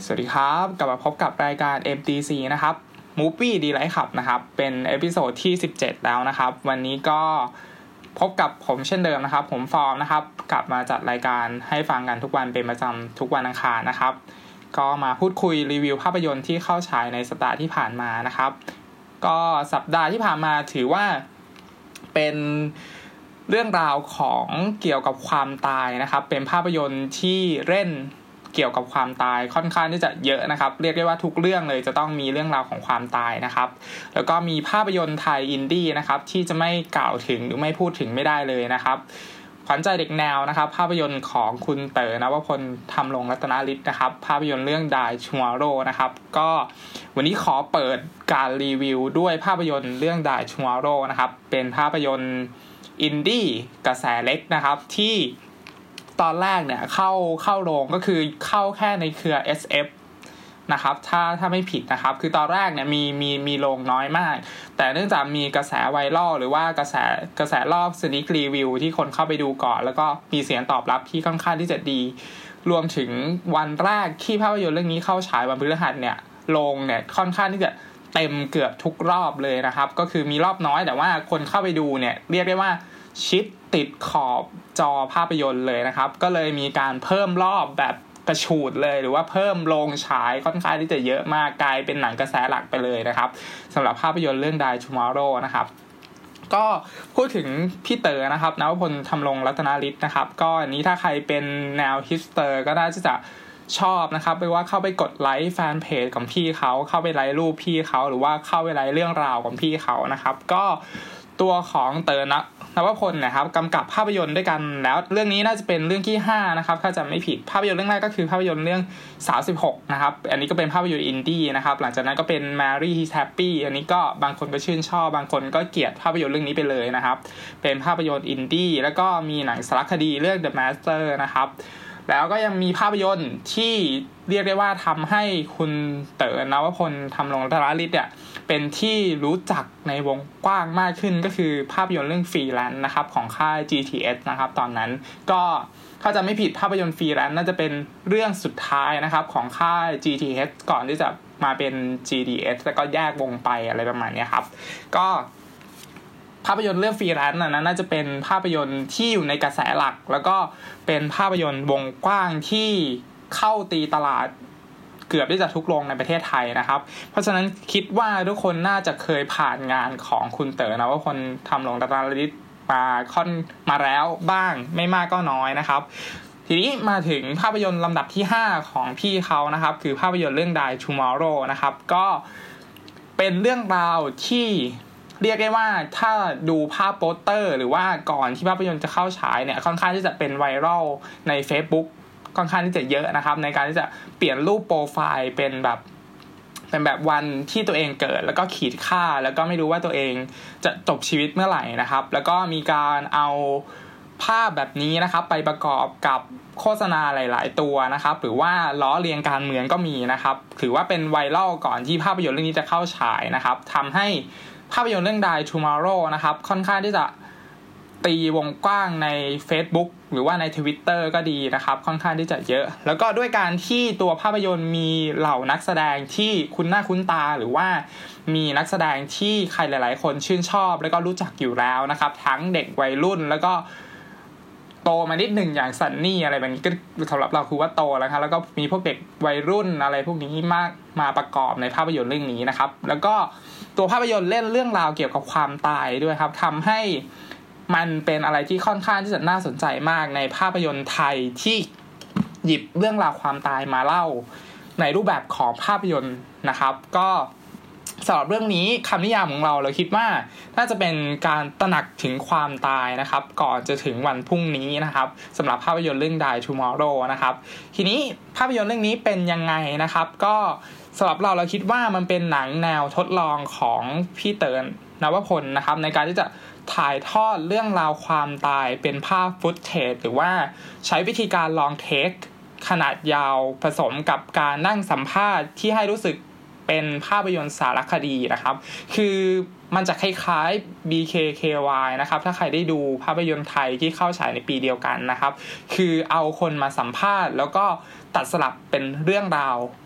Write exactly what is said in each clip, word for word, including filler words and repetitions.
วัสดีครับกลับมาพบกับรายการ เอ็ม ที ซี นะครับ Movie Delight Club นะครับเป็นเอพิโซดที่สิบเจ็ดแล้วนะครับวันนี้ก็พบกับผมเช่นเดิมนะครับผมฟอร์มนะครับกลับมาจัดรายการให้ฟังกันทุกวันเป็นประจำทุกวันอังคารนะครับก็มาพูดคุยรีวิวภาพยนตร์ที่เข้าฉายในสัปดาห์ที่ผ่านมานะครับก็สัปดาห์ที่ผ่านมาถือว่าเป็นเรื่องราวของเกี่ยวกับความตายนะครับเป็นภาพยนตร์ที่เล่นเกี่ยวกับความตายค่อนข้างที่จะเยอะนะครับเรียกได้ว่าทุกเรื่องเลยจะต้องมีเรื่องราวของความตายนะครับแล้วก็มีภาพยนตร์ไทยอินดี้นะครับที่จะไม่กล่าวถึงหรือไม่พูดถึงไม่ได้เลยนะครับขวัญใจเด็กแนวนะครับภาพยนตร์ของคุณเต๋อนวพลธรรมรงค์รัตนฤทธิ์นะครับภาพยนตร์เรื่อง Die Tomorrow นะครับก็วันนี้ขอเปิดการรีวิวด้วยภาพยนตร์เรื่อง Die Tomorrow นะครับเป็นภาพยนตร์อินดี้กระแสเล็กนะครับที่ตอนแรกเนี่ยเข้าเข้าโรงก็คือเข้าแค่ในเครือ เอส เอฟ นะครับถ้าถ้าไม่ผิดนะครับคือตอนแรกเนี่ยมีมีมีโรงน้อยมากแต่เนื่องจากมีกระแสไวรัลหรือว่ากระแสกระแสรอบสนิครีวิวที่คนเข้าไปดูก่อนแล้วก็มีเสียงตอบรับที่ค่อนข้างที่จะดีรวมถึงวันแรกที่ภาพยนตร์เรื่องนี้เข้าฉายวันพฤหัสเนี่ยโรงเนี่ยค่อนข้างที่จะเต็มเกือบทุกรอบเลยนะครับก็คือมีรอบน้อยแต่ว่าคนเข้าไปดูเนี่ยเรียกได้ว่าชิดติดขอบจอภาพยนตร์เลยนะครับก็เลยมีการเพิ่มรอบแบบกระฉูดเลยหรือว่าเพิ่มโรงฉายค่อนข้างที่จะเยอะมากกลายเป็นหนังกระแสหลักไปเลยนะครับสำหรับภาพยนตร์เรื่อง Die Tomorrow นะครับก็พูดถึงพี่เต๋อนะครับนวพลธรรมรงค์รัตนฤทธิ์นะครับก็อันนี้ถ้าใครเป็นแนวฮิปสเตอร์ก็น่าจะชอบนะครับไม่ว่าเข้าไปกดไลค์แฟนเพจของพี่เขาเข้าไปไลค์รูปพี่เขาหรือว่าเข้าไปไลค์เรื่องราวของพี่เขานะครับก็ตัวของเต๋อนวพลนะครับกำกับภาพยนตร์ด้วยกันแล้วเรื่องนี้น่าจะเป็นเรื่องที่ห้านะครับถ้าจำไม่ผิดภาพยนตร์เรื่องแรกก็คือภาพยนตร์เรื่องสาวสิบหกนะครับอันนี้ก็เป็นภาพยนตร์อินดี้นะครับหลังจากนั้นก็เป็น Mary He's Happy อันนี้ก็บางคนก็ชื่นชอบบางคนก็เกลียดภาพยนตร์เรื่องนี้ไปเลยนะครับเป็นภาพยนตร์อินดี้แล้วก็มีหนังสารคดีเรื่อง The Master นะครับแล้วก็ยังมีภาพยนตร์ที่เรียกได้ว่าทำให้คุณเต๋อนวพลธรรมรงค์รัตนฤทธิ์เนี่ยเป็นที่รู้จักในวงกว้างมากขึ้นก็คือภาพยนตร์เรื่องฟรีแลนซ์นะครับของค่าย จี ที เอส นะครับตอนนั้นก็ถ้าจะไม่ผิดภาพยนตร์ฟรีแลนซ์น่าจะเป็นเรื่องสุดท้ายนะครับของค่าย จี ที เอส ก่อนที่จะมาเป็น จี ดี เอส แล้วก็แยกวงไปอะไรประมาณนี้ครับก็ภาพยนตร์เรื่องฟรีแลนซ์นั้นน่าจะเป็นภาพยนตร์ที่อยู่ในกระแสหลักแล้วก็เป็นภาพยนตร์วงกว้างที่เข้าตีตลาดเกือบที่จะทุกโรงในประเทศไทยนะครับเพราะฉะนั้นคิดว่าทุกคนน่าจะเคยผ่านงานของคุณเต๋อนวพลธรรมรงค์รัตนฤทธิ์มาค่อนมาแล้วบ้างไม่มากก็น้อยนะครับทีนี้มาถึงภาพยนตร์ลำดับที่ห้าของพี่เขานะครับคือภาพยนตร์เรื่อง Die Tomorrow นะครับก็เป็นเรื่องราวที่เรียกได้ว่าถ้าดูภาพโปสเตอร์หรือว่าก่อนที่ภาพยนตร์จะเข้าฉายเนี่ยค่อนข้างที่จะเป็นไวรัลใน Facebook ค่อนข้างที่จะเยอะนะครับในการที่จะเปลี่ยนรูปโปรไฟล์เป็นแบบเป็นแบบวันที่ตัวเองเกิดแล้วก็ขีดค่าแล้วก็ไม่รู้ว่าตัวเองจะจบชีวิตเมื่อไหร่นะครับแล้วก็มีการเอาภาพแบบนี้นะครับไปประกอบกับโฆษณาหลายๆตัวนะครับหรือว่าล้อเลียนการเมืองก็มีนะครับถือว่าเป็นไวรัลก่อนที่ภาพยนตร์เรื่องนี้จะเข้าฉายนะครับทำให้ภาพยนตร์เรื่อง Die Tomorrow นะครับค่อนข้างที่จะตีวงกว้างใน Facebook หรือว่าใน Twitter ก็ดีนะครับค่อนข้างที่จะเยอะแล้วก็ด้วยการที่ตัวภาพยนตร์มีเหล่านักแสดงที่คุ้นหน้าคุ้นตาหรือว่ามีนักแสดงที่ใครหลายๆคนชื่นชอบแล้วก็รู้จักอยู่แล้วนะครับทั้งเด็กวัยรุ่นแล้วก็โตมานิดหนึ่งอย่างซันนี่อะไรแบบนี้ก็สำหรับเราคือว่าโตแล้วครับแล้วก็มีพวกเด็กวัยรุ่นอะไรพวกนี้มากมาประกอบในภาพยนตร์เรื่องนี้นะครับแล้วก็ตัวภาพยนตร์เล่นเรื่องราวเกี่ยวกับความตายด้วยครับทำให้มันเป็นอะไรที่ค่อนข้างที่จะน่าสนใจมากในภาพยนตร์ไทยที่หยิบเรื่องราวความตายมาเล่าในรูปแบบของภาพยนตร์นะครับก็สำหรับเรื่องนี้คำนิยามของเราเราคิดว่าน่าจะเป็นการตระหนักถึงความตายนะครับก่อนจะถึงวันพรุ่งนี้นะครับสำหรับภาพยนตร์เรื่อง Die Tomorrow นะครับทีนี้ภาพยนตร์เรื่องนี้เป็นยังไงนะครับก็สำหรับเราเราคิดว่ามันเป็นหนังแนวทดลองของพี่เต๋อนวพลนะครับในการที่จะถ่ายทอดเรื่องราวความตายเป็นภาพฟุตเทจหรือว่าใช้วิธีการลองเทคขนาดยาวผสมกับการนั่งสัมภาษณ์ที่ให้รู้สึกเป็นภาพยนตร์สารคดีนะครับคือมันจะคล้ายๆ บี เค เค วาย นะครับถ้าใครได้ดูภาพยนตร์ไทยที่เข้าฉายในปีเดียวกันนะครับคือเอาคนมาสัมภาษณ์แล้วก็ตัดสลับเป็นเรื่องราว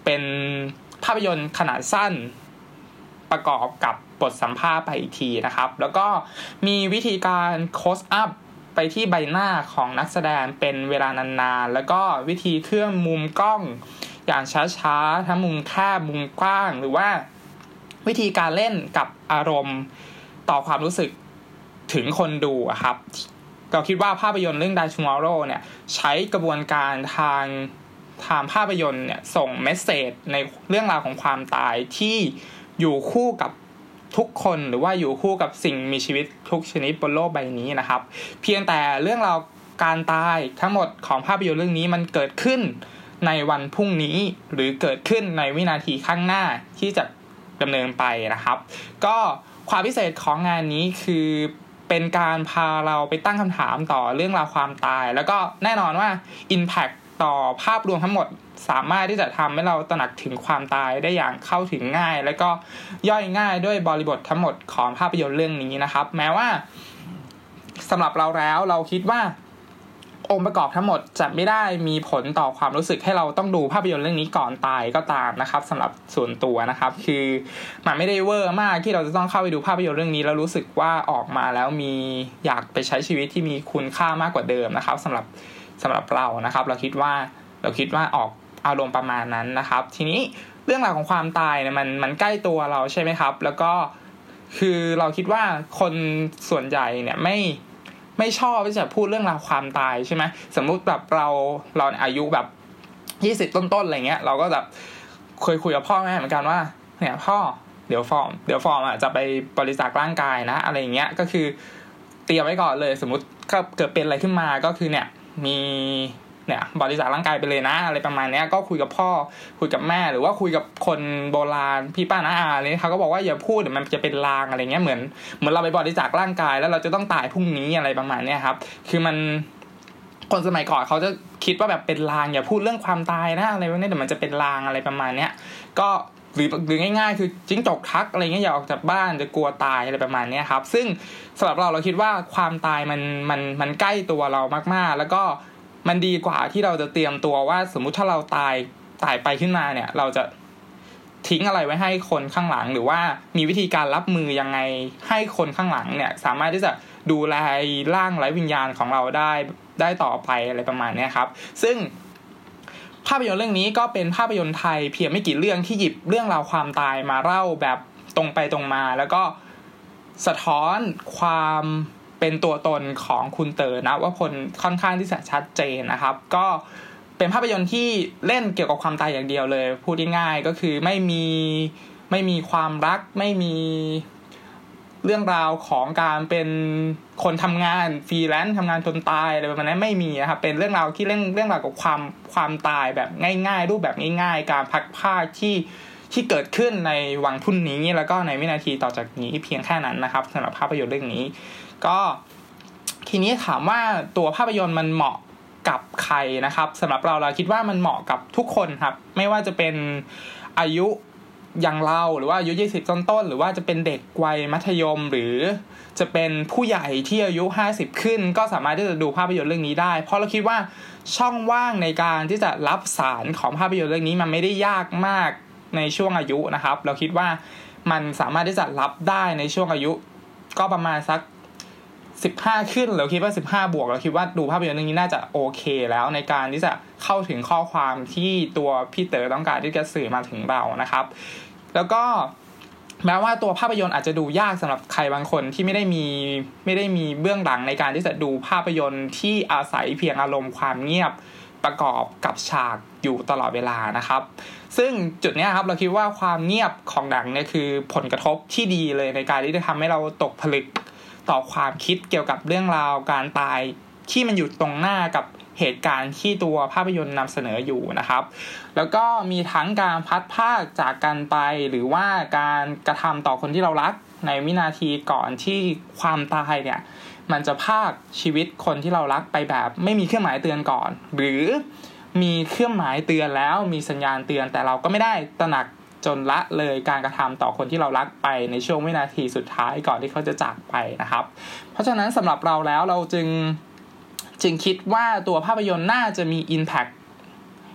เป็นภาพยนตร์ขนาดสั้นประกอบกับบทสัมภาษณ์ไปอีกทีนะครับแล้วก็มีวิธีการโคสอัพไปที่ใบหน้าของนักแสดงเป็นเวลานานๆแล้วก็วิธีเคลื่อนมุมกล้องอย่างช้าๆทั้งมุมแคบมุมกว้างหรือว่าวิธีการเล่นกับอารมณ์ต่อความรู้สึกถึงคนดูอะครับเราคิดว่าภาพยนตร์เรื่อง Die Tomorrow เนี่ยใช้กระบวนการทางทางภาพยนตร์เนี่ยส่งเมสเสจในเรื่องราวของความตายที่อยู่คู่กับทุกคนหรือว่าอยู่คู่กับสิ่งมีชีวิตทุกชนิดบนโลกใบนี้นะครับเพียงแต่เรื่องราวการตายทั้งหมดของภาพยนตร์เรื่องนี้มันเกิดขึ้นในวันพรุ่งนี้หรือเกิดขึ้นในวินาทีข้างหน้าที่จะดำเนินไปนะครับก็ความพิเศษของงานนี้คือเป็นการพาเราไปตั้งคำถามต่อเรื่องราวความตายแล้วก็แน่นอนว่า impact ต่อภาพรวมทั้งหมดสามารถที่จะทำให้เราตระหนักถึงความตายได้อย่างเข้าถึงง่ายและก็ย่อยง่ายด้วยบริบททั้งหมดของภาพยนตร์เรื่องนี้นะครับแม้ว่าสำหรับเราแล้วเราคิดว่าองค์ประกอบทั้งหมดจะไม่ได้มีผลต่อความรู้สึกให้เราต้องดูภาพยนตร์เรื่องนี้ก่อนตายก็ตามนะครับสำหรับส่วนตัวนะครับคือมันไม่ได้เวอร์มากที่เราจะต้องเข้าไปดูภาพยนตร์เรื่องนี้แล้วรู้สึกว่าออกมาแล้วมีอยากไปใช้ชีวิตที่มีคุณค่ามากกว่าเดิมนะครับสำหรับสำหรับเรานะครับเราคิดว่าเราคิดว่าออกอารมณ์ประมาณนั้นนะครับทีนี้เรื่องราวของความตายเนี่ยมันมันใกล้ตัวเราใช่ไหมครับแล้วก็คือเราคิดว่าคนส่วนใหญ่เนี่ยไม่ไม่ชอบที่จะพูดเรื่องราวความตายใช่ไหมสมมุติแบบเราเราอายุแบบยี่สิบต้นๆอะไรเงี้ยเราก็แบบเคยคุยกับพ่อแม่เหมือนกันว่าเนี่ยพ่อเดี๋ยวฟอร์มเดี๋ยวฟอร์มอ่ะจะไปบริจาคร่างกายนะอะไรเงี้ยก็คือเตรียมไว้ก่อนเลยสมมุติถ้าเกิดเป็นอะไรขึ้นมาก็คือเนี่ยมีเนี่ยบริจาคร่างกายไปเลยนะอะไรประมาณนี้ก็คุยกับพ่อคุยกับแม่หรือว่าคุยกับคนโบราณพี่ป้าน้าอาอะไรเขาก็บอกว่าอย่าพูดเดี๋ยวมันจะเป็นลางอะไรเงี้ยเหมือนเหมือนเราไปบริจาคร่างกายแล้วเราจะต้องตายพรุ่งนี้อะไรประมาณนี้ครับคือมันคนสมัยก่อนเขาจะคิดว่าแบบเป็นลางอย่าพูดเรื่องความตายนะอะไรพวกนี้เดี๋ยวมันจะเป็นลางอะไรประมาณนี้ก็หรือหรือง่ายๆคือจิ้งจกทักอะไรเงี้ยอย่าออกจากบ้านจะกลัวตายอะไรประมาณนี้ครับซึ่งสำหรับเราเราคิดว่าความตายมันมันมันใกล้ตัวเรามากๆแล้วก็มันดีกว่าที่เราจะเตรียมตัวว่าสมมุติถ้าเราตายตายไปขึ้นมาเนี่ยเราจะทิ้งอะไรไว้ให้คนข้างหลังหรือว่ามีวิธีการรับมือยังไงให้คนข้างหลังเนี่ยสามารถที่จะดูแลร่างไร้วิญญาณของเราได้ได้ต่อไปอะไรประมาณนี้ครับซึ่งภาพยนตร์เรื่องนี้ก็เป็นภาพยนตร์ไทยเพียงไม่กี่เรื่องที่หยิบเรื่องราวความตายมาเล่าแบบตรงไปตรงมาแล้วก็สะท้อนความเป็นตัวตนของคุณเต๋อนะว่าพลค่อนข้างที่จะชัดเจนนะครับก็เป็นภาพยนตร์ที่เล่นเกี่ยวกับความตายอย่างเดียวเลยพูดง่ายๆก็คือไม่มีไม่มีความรักไม่มีเรื่องราวของการเป็นคนทำงานฟรีแลนซ์ทำงานจนตายอะไรประมาณนั้นไม่มีนะครับเป็นเรื่องราวที่เล่นเรื่องราวกับความความตายแบบง่ายๆรูปแบบง่ายๆการพักผ้าที่ที่เกิดขึ้นในวันพรุ่งนี้แล้วก็ในวินาทีต่อจากนี้เพียงแค่นั้นนะครับสำหรับภาพยนตร์เรื่องนี้ก็ทีนี้ถามว่าตัวภาพยนตร์มันเหมาะกับใครนะครับสำหรับเราเราคิดว่ามันเหมาะกับทุกคนครับไม่ว่าจะเป็นอายุอย่างเราหรือว่าอายุยี่สิบต้นๆหรือว่าจะเป็นเด็กวัยมัธยมหรือจะเป็นผู้ใหญ่ที่อายุห้าสิบขึ้นก็สามารถที่จะดูภาพยนตร์เรื่องนี้ได้เพราะเราคิดว่าช่องว่างในการที่จะรับสารของภาพยนตร์เรื่องนี้มันไม่ได้ยากมากในช่วงอายุนะครับเราคิดว่ามันสามารถที่จะรับได้ในช่วงอายุก็ประมาณสักสิบห้าขึ้นเราคิดว่าสิบห้าบวกเราคิดว่าดูภาพยนตร์เรื่องนี้น่าจะโอเคแล้วในการที่จะเข้าถึงข้อความที่ตัวพี่เต๋อต้องการที่จะสื่อมาถึงเรานะครับแล้วก็แม้ว่าตัวภาพยนตร์อาจจะดูยากสำหรับใครบางคนที่ไม่ได้มีไม่ได้มีเบื้องหลังในการที่จะดูภาพยนตร์ที่อาศัยเพียงอารมณ์ความเงียบประกอบกับฉากอยู่ตลอดเวลานะครับซึ่งจุดนี้ครับเราคิดว่าความเงียบของหนังเนี่ยคือผลกระทบที่ดีเลยในการที่จะทำให้เราตกผลึกต่อความคิดเกี่ยวกับเรื่องราวการตายที่มันอยู่ตรงหน้ากับเหตุการณ์ที่ตัวภาพยนตร์นำเสนออยู่นะครับแล้วก็มีทั้งการพัดพรากจากกันไปหรือว่าการกระทำต่อคนที่เรารักในวินาทีก่อนที่ความตายเนี่ยมันจะพรากชีวิตคนที่เรารักไปแบบไม่มีเครื่องหมายเตือนก่อนหรือมีเครื่องหมายเตือนแล้วมีสัญญาณเตือนแต่เราก็ไม่ได้ตระหนักจนละเลยการกระทำต่อคนที่เรารักไปในช่วงวินาทีสุดท้ายก่อนที่เขาจะจากไปนะครับเพราะฉะนั้นสำหรับเราแล้วเราจึงจึงคิดว่าตัวภาพยนตร์น่าจะมี impact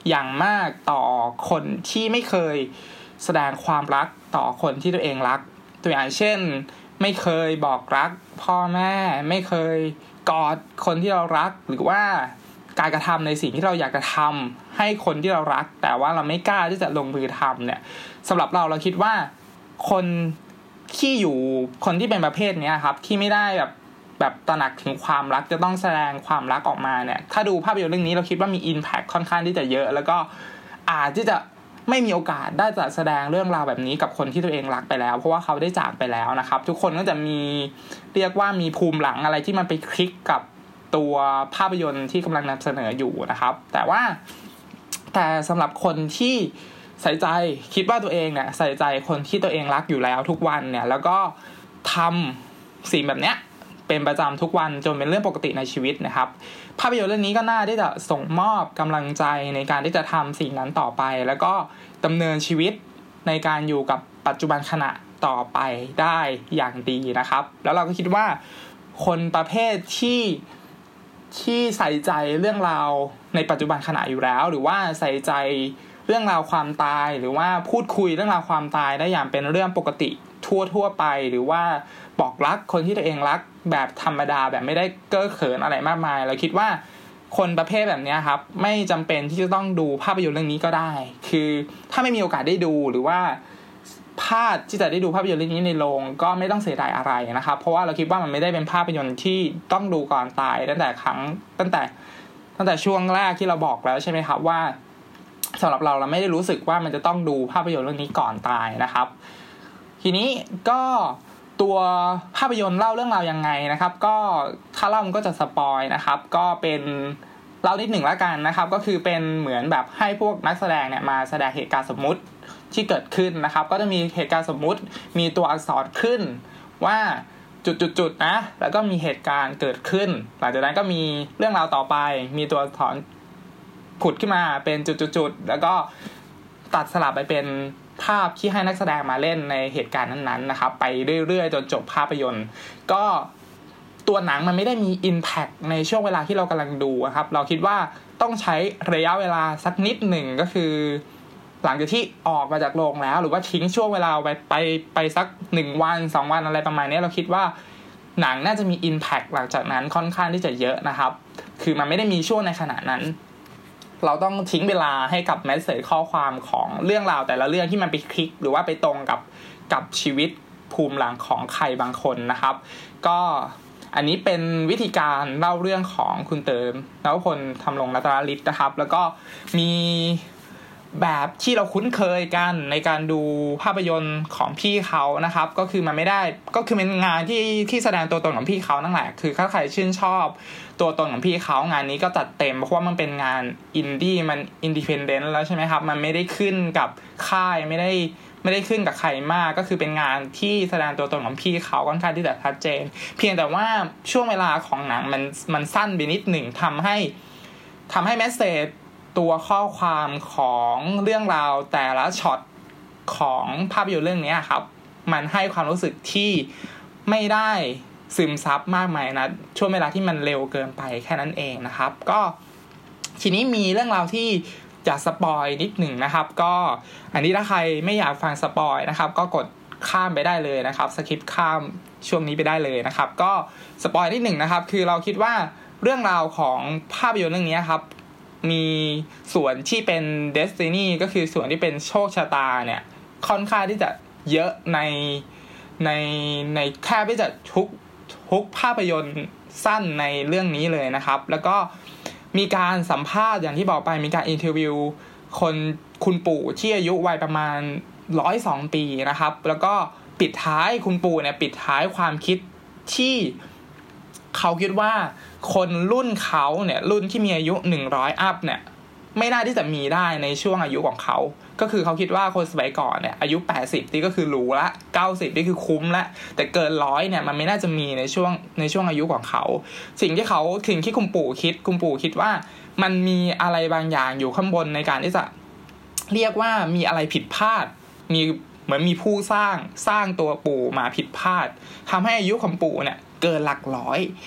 อย่างมากต่อคนที่ไม่เคยแสดงความรักต่อคนที่ตัวเองรักตัวอย่างเช่นไม่เคยบอกรักพ่อแม่ไม่เคยกอดคนที่เรารักหรือว่าการกระทำในสิ่งที่เราอยากจะทำให้คนที่เรารักแต่ว่าเราไม่กล้าที่จะลงมือทำเนี่ยสำหรับเราเราคิดว่าคนที่อยู่คนที่เป็นประเภทนี้ครับที่ไม่ได้แบบแบบตระหนักถึงความรักจะต้องแสดงความรักออกมาเนี่ยถ้าดูภาพยนตร์เรื่องนี้เราคิดว่ามี impact ค่อนข้างที่จะเยอะแล้วก็อาจที่จะไม่มีโอกาสได้จะแสดงเรื่องราวแบบนี้กับคนที่ตัวเองรักไปแล้วเพราะว่าเขาได้จากไปแล้วนะครับทุกคนก็จะมีเรียกว่ามีภูมิหลังอะไรที่มันไปคลิกกับตัวภาพยนตร์ที่กำลังนำเสนออยู่นะครับแต่ว่าแต่สำหรับคนที่ใส่ใจคิดว่าตัวเองเนี่ยใส่ใจคนที่ตัวเองรักอยู่แล้วทุกวันเนี่ยแล้วก็ทำสิ่งแบบเนี้ยเป็นประจำทุกวันจนเป็นเรื่องปกติในชีวิตนะครับภาพยนตร์เรื่องนี้ก็น่าที่จะส่งมอบกำลังใจในการที่จะทำสิ่งนั้นต่อไปแล้วก็ดำเนินชีวิตในการอยู่กับปัจจุบันขณะต่อไปได้อย่างดีนะครับแล้วเราก็คิดว่าคนประเภทที่ที่ใส่ใจเรื่องราวในปัจจุบันขณะอยู่แล้วหรือว่าใส่ใจเรื่องราวความตายหรือว่าพูดคุยเรื่องราวความตายได้อย่างเป็นเรื่องปกติทั่วๆไปหรือว่าบอกรักคนที่ตัวเองรักแบบธรรมดาแบบไม่ได้เก้อเขินอะไรมากมายเราคิดว่าคนประเภทแบบนี้ครับไม่จำเป็นที่จะต้องดูภาพยนตร์เรื่องนี้ก็ได้คือถ้าไม่มีโอกาสได้ดูหรือว่าพลาดที่จะได้ดูภาพยนตร์เรื่องนี้ในโรงก็ไม่ต้องเสียดายอะไรนะครับเพราะว่าเราคิดว่ามันไม่ได้เป็นภาพยนตร์ที่ต้องดูก่อนตายตั้งแต่ครั้งตั้งแต่ตั้งแต่ช่วงแรกที่เราบอกแล้วใช่ไหมครับว่าสำหรับเราเราไม่ได้รู้สึกว่ามันจะต้องดูภาพยนตร์เรื่องนี้ก่อนตายนะครับทีนี้ก็ตัวภาพยนตร์เล่าเรื่องราวยังไงนะครับก็ถ้าเล่ามันก็จะสปอยนะครับก็เป็นเล่านิดหนึ่งแล้วกันนะครับก็คือเป็นเหมือนแบบให้พวกนักแสดงเนี่ยมาแสดงเหตุการณ์สมมุติที่เกิดขึ้นนะครับก็จะมีเหตุการณ์สมมุติมีตัวอักษรขึ้นว่าจุดๆๆนะแล้วก็มีเหตุการณ์เกิดขึ้นหลังจากนั้นก็มีเรื่องราวต่อไปมีตัวอักษรผุดขึ้นมาเป็นจุดๆๆแล้วก็ตัดสลับไปเป็นภาพที่ให้นักแสดงมาเล่นในเหตุการณ์นั้นๆนะครับไปเรื่อยๆจนจบภาพยนตร์ก็ตัวหนังมันไม่ได้มี impact ในช่วงเวลาที่เรากำลังดูครับเราคิดว่าต้องใช้ระยะเวลาสักนิดหนึ่งก็คือหลังจากที่ออกมาจากโรงแล้วหรือว่าทิ้งช่วงเวลาไปไปไปสักหนึ่งวันสองวันอะไรประมาณนี้เราคิดว่าหนังน่าจะมี impact หลังจากนั้นค่อนข้างที่จะเยอะนะครับคือมันไม่ได้มีช่วงในขณะนั้นเราต้องทิ้งเวลาให้กับเมสเสจข้อความของเรื่องราวแต่ละเรื่องที่มันไปคลิกหรือว่าไปตรงกับกับชีวิตภูมิหลังของใครบางคนนะครับก็อันนี้เป็นวิธีการเล่าเรื่องของคุณเติมนวพลธรรมรงค์รัตนฤทธิ์นะครับแล้วก็มีแบบที่เราคุ้นเคยกันในการดูภาพยนตร์ของพี่เขานะครับก็คือมันไม่ได้ก็คือเป็นงานที่ที่แสดงตัวตนของพี่เขานั่นแหละคือถ้าใครชื่นชอบตัวตนของพี่เขางานนี้ก็จัดเต็มเพราะว่ามันเป็นงานอินดี้มันอินดิเพนเดนต์แล้วใช่ไหมครับมันไม่ได้ขึ้นกับค่ายไม่ได้ไม่ได้ขึ้นกับใครมากก็คือเป็นงานที่แสดงตัวตนของพี่เขาค่อนข้างที่จะชัดเจนเพียงแต่ว่าช่วงเวลาของหนังมันมันสั้นไปนิดหนึ่งทำให้ทำให้เมสเสจตัวข้อความของเรื่องราวแต่ละช็อตของภาพยนตร์เรื่องนี้ครับมันให้ความรู้สึกที่ไม่ได้ซึมซับมากมายนะช่วงเวลาที่มันเร็วเกินไปแค่นั้นเองนะครับก็ทีนี้มีเรื่องราวที่จะสปอยนิดหนึ่งนะครับก็อันนี้ถ้าใครไม่อยากฟังสปอยนะครับก็กดข้ามไปได้เลยนะครับสคิปข้ามช่วงนี้ไปได้เลยนะครับก็สปอยนิดหนึ่งนะครับคือเราคิดว่าเรื่องราวของภาพยนตร์เรื่องนี้ครับมีส่วนที่เป็น Destiny ก็คือส่วนที่เป็นโชคชะตาเนี่ยค่อนข้างที่จะเยอะในในในแค่ที่จะทุกทุกภาพยนตร์สั้นในเรื่องนี้เลยนะครับแล้วก็มีการสัมภาษณ์อย่างที่บอกไปมีการอินเทอร์วิวคนคุณปู่ที่อายุวัยประมาณหนึ่งร้อยสองปีนะครับแล้วก็ปิดท้ายคุณปู่เนี่ยปิดท้ายความคิดที่เขาคิดว่าคนรุ่นเขาเนี่ยรุ่นที่มีอายุหนึ่งร้อยอัพเนี่ยไม่น่าที่จะมีได้ในช่วงอายุของเขาก็คือเขาคิดว่าคนสมัยก่อนเนี่ยอายุแปดสิบนี่ก็คือหรูละเก้าสิบนี่คือคุ้มละแต่เกินร้อยเนี่ยมันไม่น่าจะมีในช่วงในช่วงอายุของเขาสิ่งที่เขาสิ่งที่คุณปู่คิดคุณปู่คิดว่ามันมีอะไรบางอย่างอยู่ข้างบนในการที่จะเรียกว่ามีอะไรผิดพลาดมีเหมือนมีผู้สร้างสร้างตัวปู่มาผิดพลาดทำให้อายุของปู่เนี่ยเกินหลักร้อย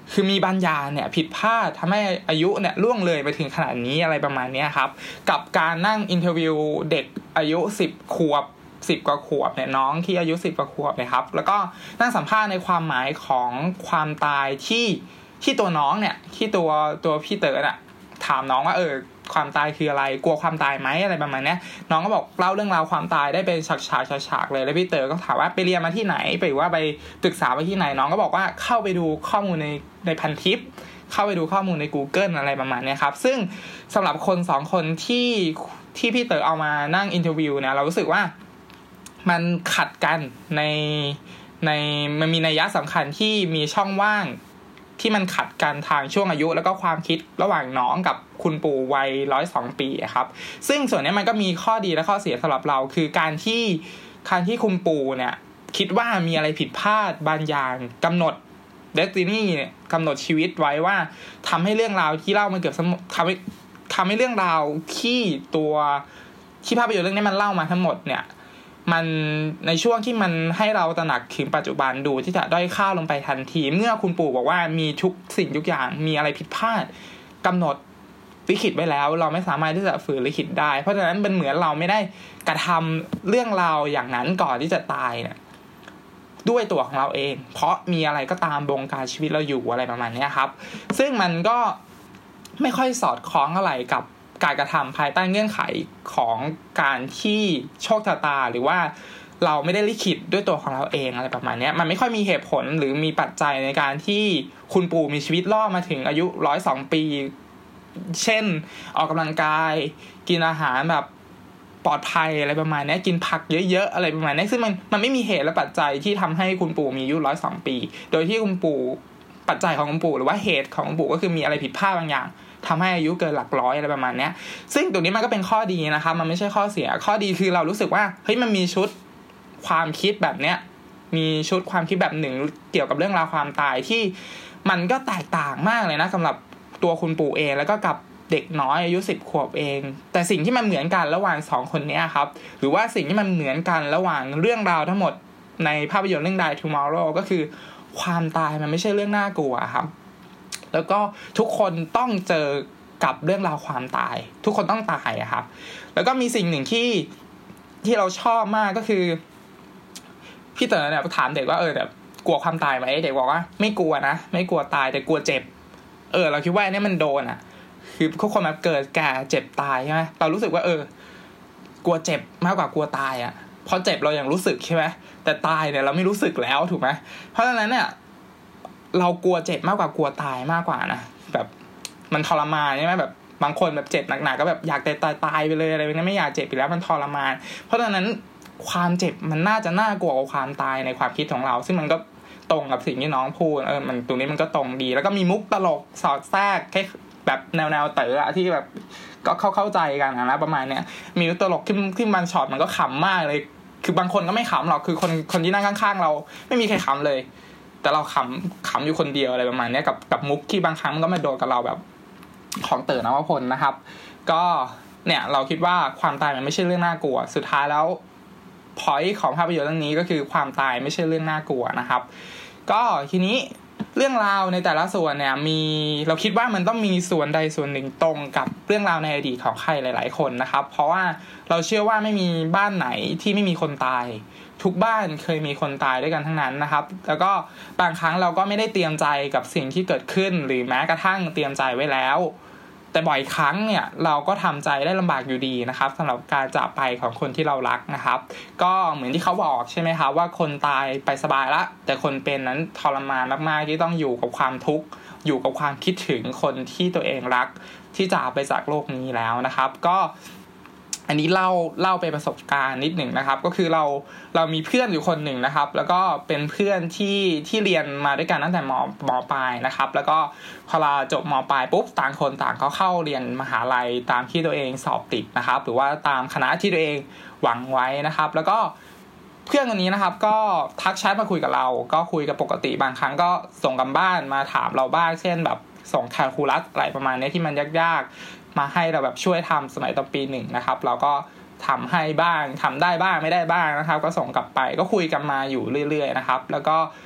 คือมีบางอย่างเนี่ยผิดพลาดทำให้อายุเนี่ยล่วงเลยไปถึงขนาดนี้อะไรประมาณนี้ครับกับการนั่งอินเทอร์วิวเด็กอายุสิบขวบสิบกว่าขวบเนี่ยน้องที่อายุสิบกว่าขวบเนี่ยครับแล้วก็นั่งสัมภาษณ์ในความหมายของความตายที่ที่ตัวน้องเนี่ยที่ตัวตัวพี่เต๋อน่ะถามน้องว่าเออความตายคืออะไรกลัวความตายไหมอะไรประมาณนี้น้องก็บอกเล่าเรื่องราวความตายได้เป็นฉากๆๆเลยแล้วพี่เต๋อก็ถามว่าไปเรียนมาที่ไหนไปว่าไปศึกษามาที่ไหนน้องก็บอกว่าเข้าไปดูข้อมูลในในพันทิปเข้าไปดูข้อมูลใน Google อะไรประมาณนี้ครับซึ่งสำหรับคนสองคนที่ที่พี่เต๋อเอามานั่งอินเทอร์วิวเนี่ยเรารู้สึกว่ามันขัดกันในในมันมีนัยยะสำคัญที่มีช่องว่างที่มันขัดกันทางช่วงอายุแล้วก็ความคิดระหว่างน้องกับคุณปู่วัยหนึ่งร้อยสองปีครับซึ่งส่วนนี้มันก็มีข้อดีและข้อเสียสำหรับเราคือการที่การที่คุณปู่เนี่ยคิดว่ามีอะไรผิดพลาดบางอย่างกำหนดเดสตินีเนี่ยกำหนดชีวิตไว้ว่าทำให้เรื่องราวที่เล่ามันเกือบทำให้ทำให้เรื่องราวที่ตัวที่ภาพยนตร์เรื่องนี้มันเล่ามาทั้งหมดเนี่ยมันในช่วงที่มันให้เราตระหนักถึงปัจจุบันดูที่จะด้อยค่าลงไปทันทีเมื่อคุณปู่บอกว่ามีทุกสิ่งทุกอย่างมีอะไรผิดพลาดกำหนดลิขิตไว้แล้วเราไม่สามารถที่จะฝืนลิขิตได้เพราะฉะนั้นเป็นเหมือนเราไม่ได้กระทำเรื่องราวอย่างนั้นก่อนที่จะตายเนี่ยด้วยตัวของเราเองเพราะมีอะไรก็ตามบงการชีวิตเราอยู่อะไรประมาณนี้ครับซึ่งมันก็ไม่ค่อยสอดคล้องอะไรกับการกระทำภายใต้เงื่อนไขของการที่โชคชะตาหรือว่าเราไม่ได้ลิขิตด้วยตัวของเราเองอะไรประมาณนี้มันไม่ค่อยมีเหตุผลหรือมีปัจจัยในการที่คุณปู่มีชีวิตรอดมาถึงอายุหนึ่งร้อยสองปีเช่นออกกำลังกายกินอาหารแบบปลอดภัยอะไรประมาณนี้กินผักเยอะๆอะไรประมาณนี้ซึ่งมันมันไม่มีเหตุและปัจจัยที่ทำให้คุณปู่มีอายุหนึ่งร้อยสองปีโดยที่คุณปู่ปัจจัยของคุณปู่หรือว่าเหตุของคุณปู่ก็คือมีอะไรผิดพลาดบางอย่างทำให้อายุเกินหลักร้อยอะไรประมาณนี้ซึ่งตรงนี้มันก็เป็นข้อดีนะครับมันไม่ใช่ข้อเสียข้อดีคือเรารู้สึกว่าเฮ้ยมันมีชุดความคิดแบบเนี้ยมีชุดความคิดแบบหนึ่งเกี่ยวกับเรื่องราวความตายที่มันก็แตกต่างมากเลยนะสำหรับตัวคุณปู่เองแล้วก็กับเด็กน้อยอายุสิบขวบเองแต่สิ่งที่มันเหมือนกันระหว่างสองคนนี้ครับหรือว่าสิ่งที่มันเหมือนกันระหว่างเรื่องราวทั้งหมดในภาพยนตร์เรื่อง Die Tomorrow ก็คือความตายมันไม่ใช่เรื่องน่ากลัวครับแล้วก็ทุกคนต้องเจอกับเรื่องราวความตายทุกคนต้องตายอะครับแล้วก็มีสิ่งหนึ่งที่ที่เราชอบมากก็คือพี่เต๋อเนี่ยถามเด็กว่าเออแบบกลัวความตายไหมเด็กบอกว่าไม่กลัวนะไม่กลัวตายแต่กลัวเจ็บเออเราคิดว่าเนี่ยมันโดนอะคือทุกคนแบบเกิดแก่เจ็บตายใช่ไหมเรารู้สึกว่าเออกลัวเจ็บมากกว่ากลัวตายอะพอเจ็บเรายังรู้สึกใช่ไหมแต่ตายเนี่ยเราไม่รู้สึกแล้วถูกไหมเพราะฉะนั้นเนี่ยเรากลัวเจ็บมากกว่ากลัวตายมากกว่านะแบบมันทรมานใช่ไหมแบบบางคนแบบเจ็บหนักๆก็แบบอยากตายตายไปเลยอะไรแบบนี้ไม่อยากเจ็บอีกแล้วมันทรมานเพราะฉะนั้นความเจ็บมันน่าจะน่ากลัวกว่าความตายในความคิดของเราซึ่งมันก็ตรงกับสิ่งที่น้องพูดเออมันตรงนี้มันก็ตรงดีแล้วก็มีมุกตลกสอดแทรกแบบแนวแนวเต๋ออะที่แบบก็เข้าเข้าใจกันนะประมาณเนี้ยมีมุกตลกขึ้นขึ้นบางช็อตมันก็ขำมากเลยคือบางคนก็ไม่ขำหรอกคือคนคนที่นั่งข้างๆเราไม่มีใครขำเลยแต่เราขำขำอยู่คนเดียวอะไรประมาณนี้กับกับมุกที่บางครั้งมันก็มาโดนกับเราแบบของเต๋อนวพลนะครับก็เนี่ยเราคิดว่าความตายมันไม่ใช่เรื่องน่ากลัวสุดท้ายแล้วพอยต์ของภาพยนตร์เรื่องนี้ก็คือความตายไม่ใช่เรื่องน่ากลัวนะครับก็ทีนี้เรื่องราวในแต่ละส่วนเนี่ยมีเราคิดว่ามันต้องมีส่วนใดส่วนหนึ่งตรงกับเรื่องราวในอดีตของใครหลายๆคนนะครับเพราะว่าเราเชื่อว่าไม่มีบ้านไหนที่ไม่มีคนตายทุกบ้านเคยมีคนตายด้วยกันทั้งนั้นนะครับแล้วก็บางครั้งเราก็ไม่ได้เตรียมใจกับสิ่งที่เกิดขึ้นหรือแม้กระทั่งเตรียมใจไว้แล้วแต่บ่อยครั้งเนี่ยเราก็ทำใจได้ลำบากอยู่ดีนะครับสำหรับการจากไปของคนที่เรารักนะครับก็เหมือนที่เขาบอกใช่ไหมครับว่าคนตายไปสบายละแต่คนเป็นนั้นทรมานมากๆที่ต้องอยู่กับความทุกข์อยู่กับความคิดถึงคนที่ตัวเองรักที่จากไปจากโลกนี้แล้วนะครับก็อันนี้เล่าเล่าไปประสบการณ์นิดหนึ่งนะครับก็คือเราเรามีเพื่อนอยู่คนหนึ่งนะครับแล้วก็เป็นเพื่อนที่ที่เรียนมาด้วยกันตั้งแต่มมปลายนะครับแล้วก็พอเราจบมปลายปุ๊บต่างคนต่างเขาเข้าเรียนมหาลัยตามที่ตัวเองสอบติดนะครับหรือว่าตามคณะที่ตัวเองหวังไว้นะครับแล้วก็เพื่อนคนนี้นะครับก็ทักแชทมาคุยกับเราก็คุยกับปกติบางครั้งก็ส่งกันบ้านมาถามเราบ้างเช่นแบบส่งแคลคูลัสอะไรประมาณนี้ที่มันยากๆมาให้เราแบบช่วยทำสมัยตอนปีหนึ่งนะครับเราก็ทำให้บ้างทำได้บ้างไม่ได้บ้างนะครับก็ส่งกลับไปก็คุยกันมาอยู่เรื่อยๆนะครับแล้วก็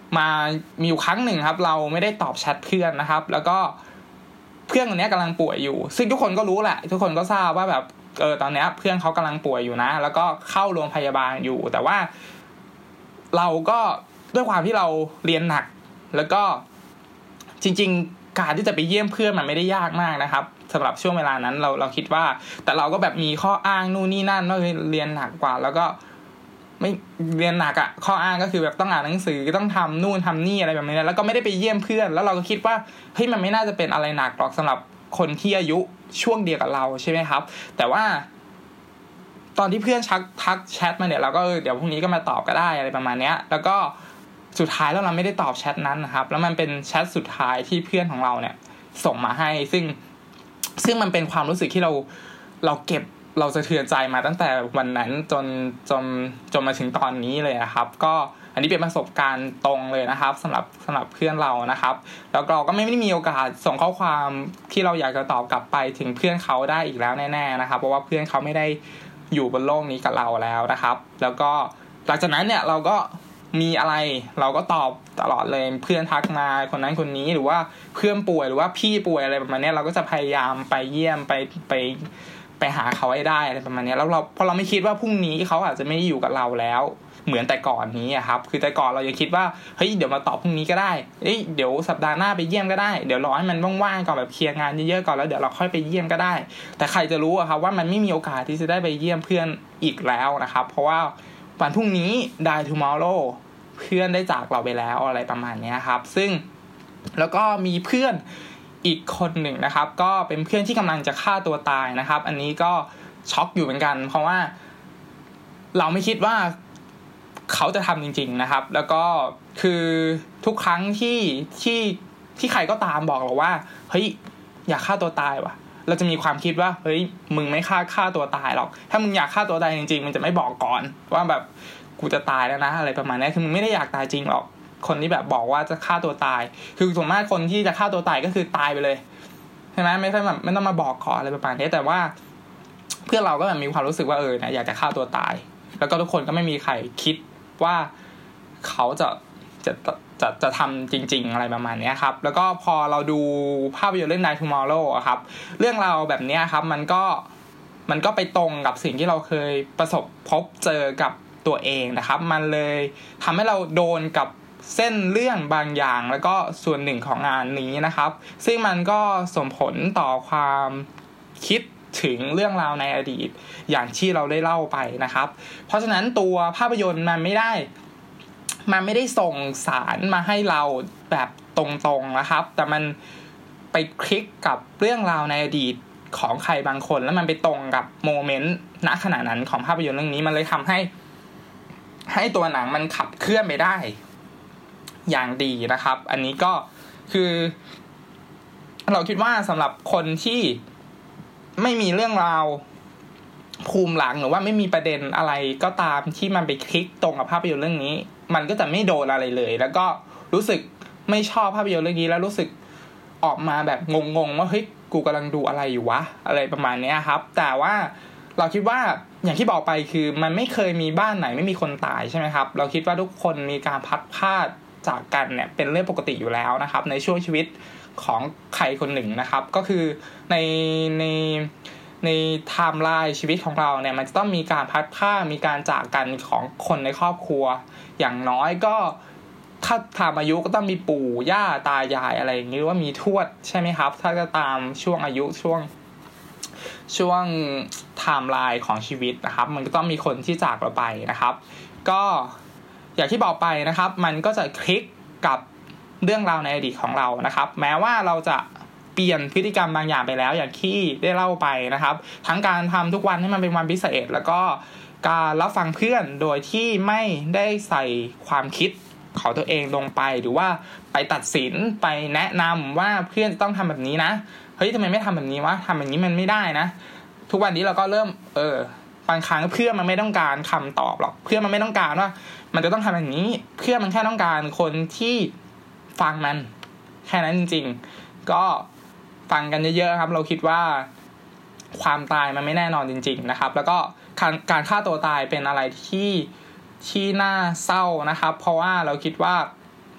มามีอยู่ครั้งหนึ่งครับเราไม่ได้ตอบแชทเพื่อนนะครับแล้วก็เพื่อนคนนี้กำลังป่วยอยู่ซึ่งทุกคนก็รู้แหละทุกคนก็ทราบว่าแบบเออตอนนี้เพื่อนเขากำลังป่วยอยู่นะแล้วก็เข้าโรงพยาบาลอยู่แต่ว่าเราก็ด้วยความที่เราเรียนหนักแล้วก็จริงๆการที่จะไปเยี่ยมเพื่อนมันไม่ได้ยากมากนะครับสำหรับช่วงเวลานั้นเราเราคิดว่าแต่เราก็แบบมีข้ออ้างนู่นนี่นั่นว่าเรียนหนักกว่าแล้วก็ไม่เรียนหนักอ่ะข้ออ้างก็คือแบบต้องอ่านหนังสือต้องทำนู่นทำนี่อะไรแบบนี้แล้วก็ไม่ได้ไปเยี่ยมเพื่อนแล้วเราก็คิดว่าเฮ้ยมันไม่น่าจะเป็นอะไรหนักหรอกสำหรับคนที่อายุช่วงเดียวกับเราใช่ไหมครับแต่ว่าตอนที่เพื่อนชักทักแชทมาเนี่ยเราก็เดี๋ยวพรุ่งนี้ก็มาตอบก็ได้อะไรประมาณเนี้ยแล้วก็สุดท้ายแล้วเราไม่ได้ตอบแชทนั้นนะครับแล้วมันเป็นแชทสุดท้ายที่เพื่อนของเราเนี่ยส่งมาให้ซึ่งซึ่งมันเป็นความรู้สึกที่เราเราเก็บเราสะเทือนใจมาตั้งแต่วันนั้นจนจนจนมาถึงตอนนี้เลยนะครับก็อันนี้เป็นประสบการณ์ตรงเลยนะครับสำหรับสำหรับเพื่อนเรานะครับแล้วเราก็ไม่ได้มีโอกาสส่งข้อความที่เราอยากจะตอบกลับไปถึงเพื่อนเขาได้อีกแล้วแน่ๆนะครับเพราะว่าเพื่อนเขาไม่ได้อยู่บนโลกนี้กับเราแล้วนะครับแล้วก็หลังจากนั้นเนี่ยเราก็มีอะไรเราก็ตอบตลอดเลยเพื่อนทักมาคนนั้นคนนี้หรือว่าเพื่อนป่วยหรือว่าพี่ป่วยอะไรประมาณนี้เราก็จะพยายามไปเยี่ยมไปไปไปหาเขาให้ได้อะไรประมาณนี้แล้วเราเพราะเราไม่คิดว่าพรุ่งนี้เขาอาจจะไม่อยู่กับเราแล้วเหมือนแต่ก่อนนี้อะครับคือแต่ก่อนเรายังคิดว่าเฮ้ยเดี๋ยวมาตอบพรุ่งนี้ก็ได้เอ้ยเดี๋ยวสัปดาห์หน้าไปเยี่ยมก็ได้เดี๋ยวรอให้มันว่างๆก่อนแบบเคลียร์งานเยอะๆก่อนแล้วเดี๋ยวเราค่อยไปเยี่ยมก็ได้แต่ใครจะรู้อะครับว่ามันไม่มีโอกาสที่จะได้ไปเยี่ยมเพื่อนอีกแล้วนะครับเพราะว่าวันพรุ่งนี้ die tomorrow เพื่อนได้จากเราไปแล้วอะไรประมาณนี้ครับซึ่งแล้วก็มีเพื่อนอีกคนหนึ่งนะครับก็เป็นเพื่อนที่กำลังจะฆ่าตัวตายนะครับอันนี้ก็ช็อกอยู่เหมือนกันเพราะว่าเราไม่คิดว่าเขาจะทำจริงๆนะครับแล้วก็คือทุกครั้งที่ที่ที่ใครก็ตามบอกเราว่าเฮ้ยอยากฆ่าตัวตายว่ะเราจะมีความคิดว่าเฮ้ยมึงไม่ฆ่าฆ่าตัวตายหรอกถ้ามึงอยากฆ่าตัวตายจริงๆมันจะไม่บอกก่อนว่าแบบกูจะตายแล้วนะอะไรประมาณนี้คือมึงไม่ได้อยากตายจริงหรอกคนที่แบบบอกว่าจะฆ่าตัวตายคือส่วนมากคนที่จะฆ่าตัวตายก็คือตายไปเลยใช่ไหมไม่ใช่แบบไม่ต้องมาบอกก่อนอะไรประมาณนี้แต่ว่าเพื่อนเราก็แบบมีความรู้สึกว่าเออนะอยากจะฆ่าตัวตายแล้วก็ทุกคนก็ไม่มีใครคิดว่าเขาจะจะจะจะทำจริงๆอะไรประมาณนี้ครับแล้วก็พอเราดูภาพยนตร์เรื่อง Die Tomorrow อะครับเรื่องราวแบบนี้ครับมันก็มันก็ไปตรงกับสิ่งที่เราเคยประสบพบเจอกับตัวเองนะครับมันเลยทำให้เราโดนกับเส้นเรื่องบางอย่างแล้วก็ส่วนหนึ่งของงานนี้นะครับซึ่งมันก็ส่งผลต่อความคิดถึงเรื่องราวในอดีตอย่างที่เราได้เล่าไปนะครับเพราะฉะนั้นตัวภาพยนตร์มันไม่ได้มันไม่ได้ส่งสารมาให้เราแบบตรงๆนะครับแต่มันไปคลิกกับเรื่องราวในอดีตของใครบางคนแล้วมันไปตรงกับโมเมนต์ณขณะนั้นของภาพยนตร์เรื่องนี้มันเลยทำให้ให้ตัวหนังมันขับเคลื่อนไปได้อย่างดีนะครับอันนี้ก็คือเราคิดว่าสำหรับคนที่ไม่มีเรื่องราวภูมิหลังหรือว่าไม่มีประเด็นอะไรก็ตามที่มันไปคลิกตรงกับภาพยนตร์เรื่องนี้มันก็จะไม่โดนอะไรเลยแล้วก็รู้สึกไม่ชอบภาพยนตร์เรื่องนี้แล้วรู้สึกออกมาแบบงงๆว่าเฮ้ยกูกำลังดูอะไรอยู่วะอะไรประมาณนี้ครับแต่ว่าเราคิดว่าอย่างที่บอกไปคือมันไม่เคยมีบ้านไหนไม่มีคนตายใช่ไหมครับเราคิดว่าทุกคนมีการพัดพลาดจากกันเนี่ยเป็นเรื่องปกติอยู่แล้วนะครับในช่วงชีวิตของใครคนหนึ่งนะครับก็คือในในในไทม์ไลน์ชีวิตของเราเนี่ยมันจะต้องมีการพัดพลาดมีการจากกันของคนในครอบครัวอย่างน้อยก็ถ้าตามอายุก็ต้องมีปู่ย่าตายายอะไรอย่างนี้หรือว่ามีทวดใช่ไหมครับถ้าจะตามช่วงอายุช่วงช่วงไทม์ไลน์ของชีวิตนะครับมันก็ต้องมีคนที่จากเราไปนะครับก็อย่างที่บอกไปนะครับมันก็จะคลิกกับเรื่องราวในอดีตของเรานะครับแม้ว่าเราจะเปลี่ยนพฤติกรรมบางอย่างไปแล้วอย่างที่ได้เล่าไปนะครับทั้งการทำทุกวันให้มันเป็นวันพิเศษแล้วก็การรับฟังเพื่อนโดยที่ไม่ได้ใส่ความคิดของตัวเองลงไปหรือว่าไปตัดสินไปแนะนำว่าเพื่อนต้องทำแบบนี้นะเฮ้ยทำไมไม่ทำแบบนี้วะทำแบบนี้มันไม่ได้นะทุกวันนี้เราก็เริ่มเออบางครั้งเพื่อนมันไม่ต้องการคำตอบหรอกเพื่อนมันไม่ต้องการว่ามันจะต้องทำอย่างนี้เพื่อนมันแค่ต้องการคนที่ฟังมันแค่นั้นจริงๆก็ฟังกันเยอะๆครับเราคิดว่าความตายมันไม่แน่นอนจริงๆนะครับแล้วก็การฆ่าตัวตายเป็นอะไรที่ที่น่าเศร้านะครับเพราะว่าเราคิดว่า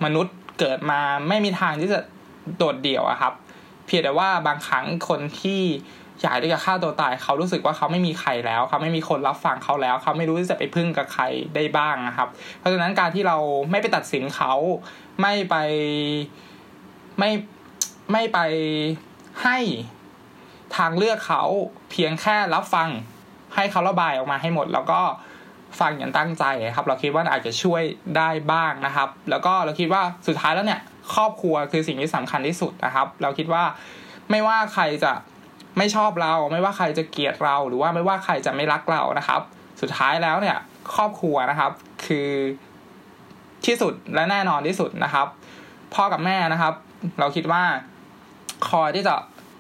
มนุษย์เกิดมาไม่มีทางที่จะโดดเดี่ยวอะครับเพียงแต่ว่าบางครั้งคนที่อยากที่จะฆ่าตัวตายเขารู้สึกว่าเขาไม่มีใครแล้วเขาไม่มีคนรับฟังเขาแล้วเขาไม่รู้จะไปพึ่งกับใครได้บ้างนะครับเพราะฉะนั้นการที่เราไม่ไปตัดสินเขาไม่ไปไม่ไม่ไปให้ทางเลือกเขาเพียงแค่รับฟังให้เขาระบายออกมาให้หมดแล้วก็ฟังอย่างตั้งใจครับเราคิดว่าอาจจะช่วยได้บ้างนะครับแล้วก็เราคิดว่าสุดท้ายแล้วเนี่ยครอบครัวคือสิ่งที่สำคัญที่สุดนะครับเราคิดว่าไม่ว่าใครจะไม่ชอบเราไม่ว่าใครจะเกลียดเราหรือว่าไม่ว่าใครจะไม่รักเรานะครับสุดท้ายแล้วเนี่ยครอบครัวนะครับคือที่สุดและแน่นอนที่สุดนะครับพ่อกับแม่นะครับเราคิดว่าคอยที่จะ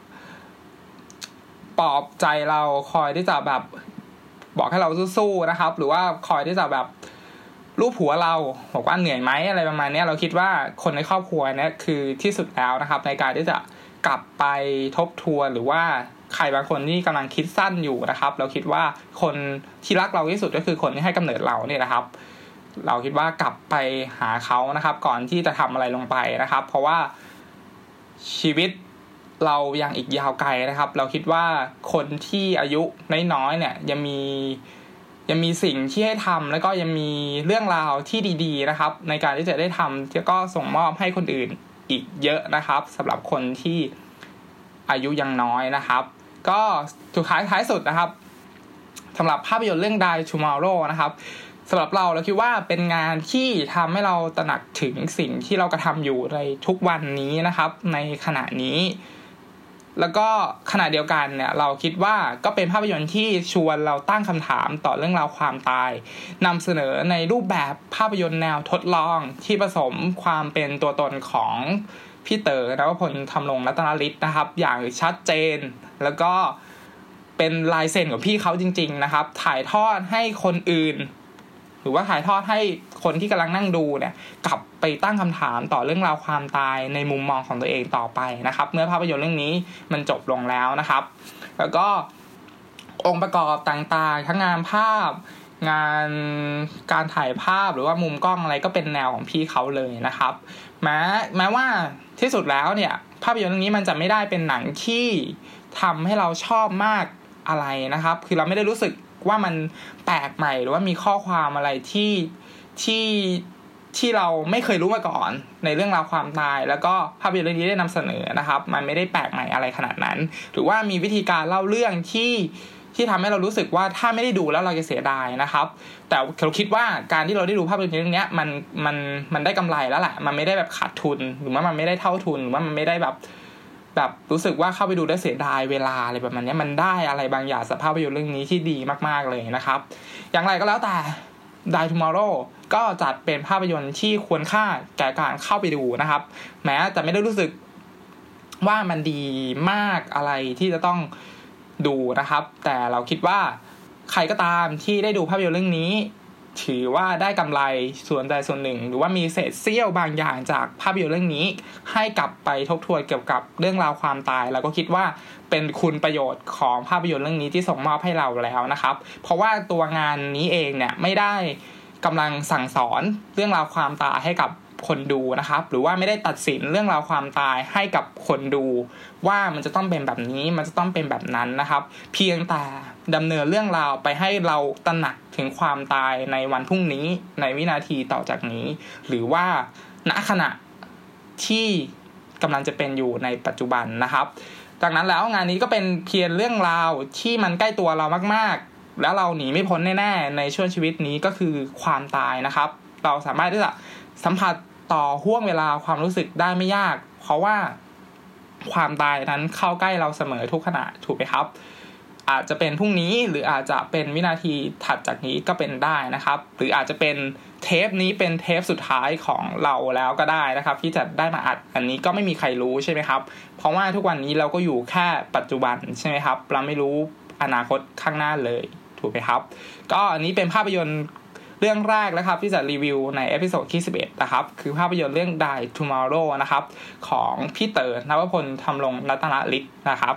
ปลอบใจเราคอยที่จะแบบบอกให้เราสู้ๆนะครับหรือว่าคอยที่จะแบบลูบหัวเราบอกว่าเหนื่อยไหมอะไรประมาณนี้เราคิดว่าคนในครอบครัวเนี่ยคือที่สุดแล้วนะครับในการที่จะกลับไปทบทวนหรือว่าใครบางคนที่กำลังคิดสั้นอยู่นะครับเราคิดว่าคนที่รักเราที่สุดก็คือคนที่ให้กำเนิดเราเนี่ยนะครับเราคิดว่ากลับไปหาเขานะครับก่อนที่จะทำอะไรลงไปนะครับเพราะว่าชีวิตเรายังอีกยาวไกลนะครับเราคิดว่าคนที่อายุน้อยๆเนี่ยยังมียังมีสิ่งที่ให้ทำแล้วก็ยังมีเรื่องราวที่ดีๆนะครับในการที่จะได้ทำแล้วก็ส่งมอบให้คนอื่นอีกเยอะนะครับสำหรับคนที่อายุยังน้อยนะครับก็สุดท้ายท้ายสุดนะครับสำหรับภาพยนตร์เรื่อง Die Tomorrow นะครับสำหรับเราเราคิดว่าเป็นงานที่ทำให้เราตระหนักถึงสิ่งที่เรากระทำอยู่ในทุกวันนี้นะครับในขณะนี้แล้วก็ขณะเดียวกันเนี่ยเราคิดว่าก็เป็นภาพยนตร์ที่ชวนเราตั้งคำถามต่อเรื่องราวความตายนำเสนอในรูปแบบภาพยนตร์แนวทดลองที่ผสมความเป็นตัวตนของพี่เต๋อ นวพล ธำรงรัตนฤทธิ์นะครับอย่างชัดเจนแล้วก็เป็นลายเซ็นของพี่เขาจริงๆนะครับถ่ายทอดให้คนอื่นหรือว่าถ่ายทอดให้คนที่กำลังนั่งดูเนี่ยกลับไปตั้งคำถามต่อเรื่องราวความตายในมุมมองของตัวเองต่อไปนะครับเมื่อภาพยนตร์เรื่องนี้มันจบลงแล้วนะครับแล้วก็องค์ประกอบต่างๆทั้งงานภาพงานการถ่ายภาพหรือว่ามุมกล้องอะไรก็เป็นแนวของพี่เขาเลยนะครับแม้แม้ว่าที่สุดแล้วเนี่ยภาพยนตร์เรื่องนี้มันจะไม่ได้เป็นหนังที่ทำให้เราชอบมากอะไรนะครับคือเราไม่ได้รู้สึกว่ามันแปลกใหม่หรือว่ามีข้อความอะไรที่ที่ที่เราไม่เคยรู้มาก่อนในเรื่องราวความตายแล้วก็ภาพยนตร์เรื่องนี้ได้นำเสนอนะครับมันไม่ได้แปลกใหม่อะไรขนาดนั้นหรือว่ามีวิธีการเล่าเรื่องที่ที่ทำให้เรารู้สึกว่าถ้าไม่ได้ดูแล้วเราจะเสียดายนะครับแต่เราคิดว่าการที่เราได้ดูภาพยนตร์เรื่องนี้มันมันมันได้กำไรแล้วแหละมันไม่ได้แบบขาดทุนหรือว่ามันไม่ได้เท่าทุนหรือว่ามันไม่ได้แบบแบบรู้สึกว่าเข้าไปดูได้เสียดายเวลาอะไรแบบนี้มันได้อะไรบางอย่างสภาพยนตร์เรื่องนี้ที่ดีมากๆเลยนะครับอย่างไรก็แล้วแต่ Die Tomorrow ก็จัดเป็นภาพยนตร์ที่ควรค่าแก่การเข้าไปดูนะครับแม้จะไม่ได้รู้สึกว่ามันดีมากอะไรที่จะต้องดูนะครับแต่เราคิดว่าใครก็ตามที่ได้ดูภาพยนตร์เรื่องนี้ถือว่าได้กำไรส่วนใดส่วนหนึ่งหรือว่ามีเศษเสี้ยวบางอย่างจากภาพยนตร์เรื่องนี้ให้กลับไปทบทวนเกี่ยวกับเรื่องราวความตายแล้วก็คิดว่าเป็นคุณประโยชน์ของภาพยนตร์เรื่องนี้ที่ส่งมอบให้เราแล้วนะครับเพราะว่าตัวงานนี้เองเนี่ยไม่ได้กำลังสั่งสอนเรื่องราวความตายให้กับคนดูนะครับหรือว่าไม่ได้ตัดสินเรื่องราวความตายให้กับคนดูว่ามันจะต้องเป็นแบบนี้มันจะต้องเป็นแบบนั้นนะครับเพียงแต่ดำเนินเรื่องราวไปให้เราตระหนักถึงความตายในวันพรุ่งนี้ในวินาทีต่อจากนี้หรือว่าณขณะที่กำลังจะเป็นอยู่ในปัจจุบันนะครับจากนั้นแล้วงานนี้ก็เป็นเพียงเรื่องราวที่มันใกล้ตัวเรามากๆแล้วเราหนีไม่พ้นแน่ๆในช่วงชีวิตนี้ก็คือความตายนะครับเราสามารถที่จะสัมผัสต่อห่วงเวลาความรู้สึกได้ไม่ยากเพราะว่าความตายนั้นเข้าใกล้เราเสมอทุกขณะถูกไหมครับอาจจะเป็นพรุ่งนี้หรืออาจจะเป็นวินาทีถัดจากนี้ก็เป็นได้นะครับหรืออาจจะเป็นเทปนี้เป็นเทปสุดท้ายของเราแล้วก็ได้นะครับที่จะได้มาอัดอันนี้ก็ไม่มีใครรู้ใช่ไหมครับเพราะว่าทุกวันนี้เราก็อยู่แค่ปัจจุบันใช่ไหมครับเราไม่รู้อนาคตข้างหน้าเลยถูกไหมครับก็อันนี้เป็นภาพยนตร์เรื่องแรกนะครับที่จะรีวิวในเอพิโซดที่สิบเอ็ดนะครับคือภาพยนตร์เรื่อง Die Tomorrow นะครับของพี่เต๋อ นวพล ธำรงรัตนฤทธิ์นะครับ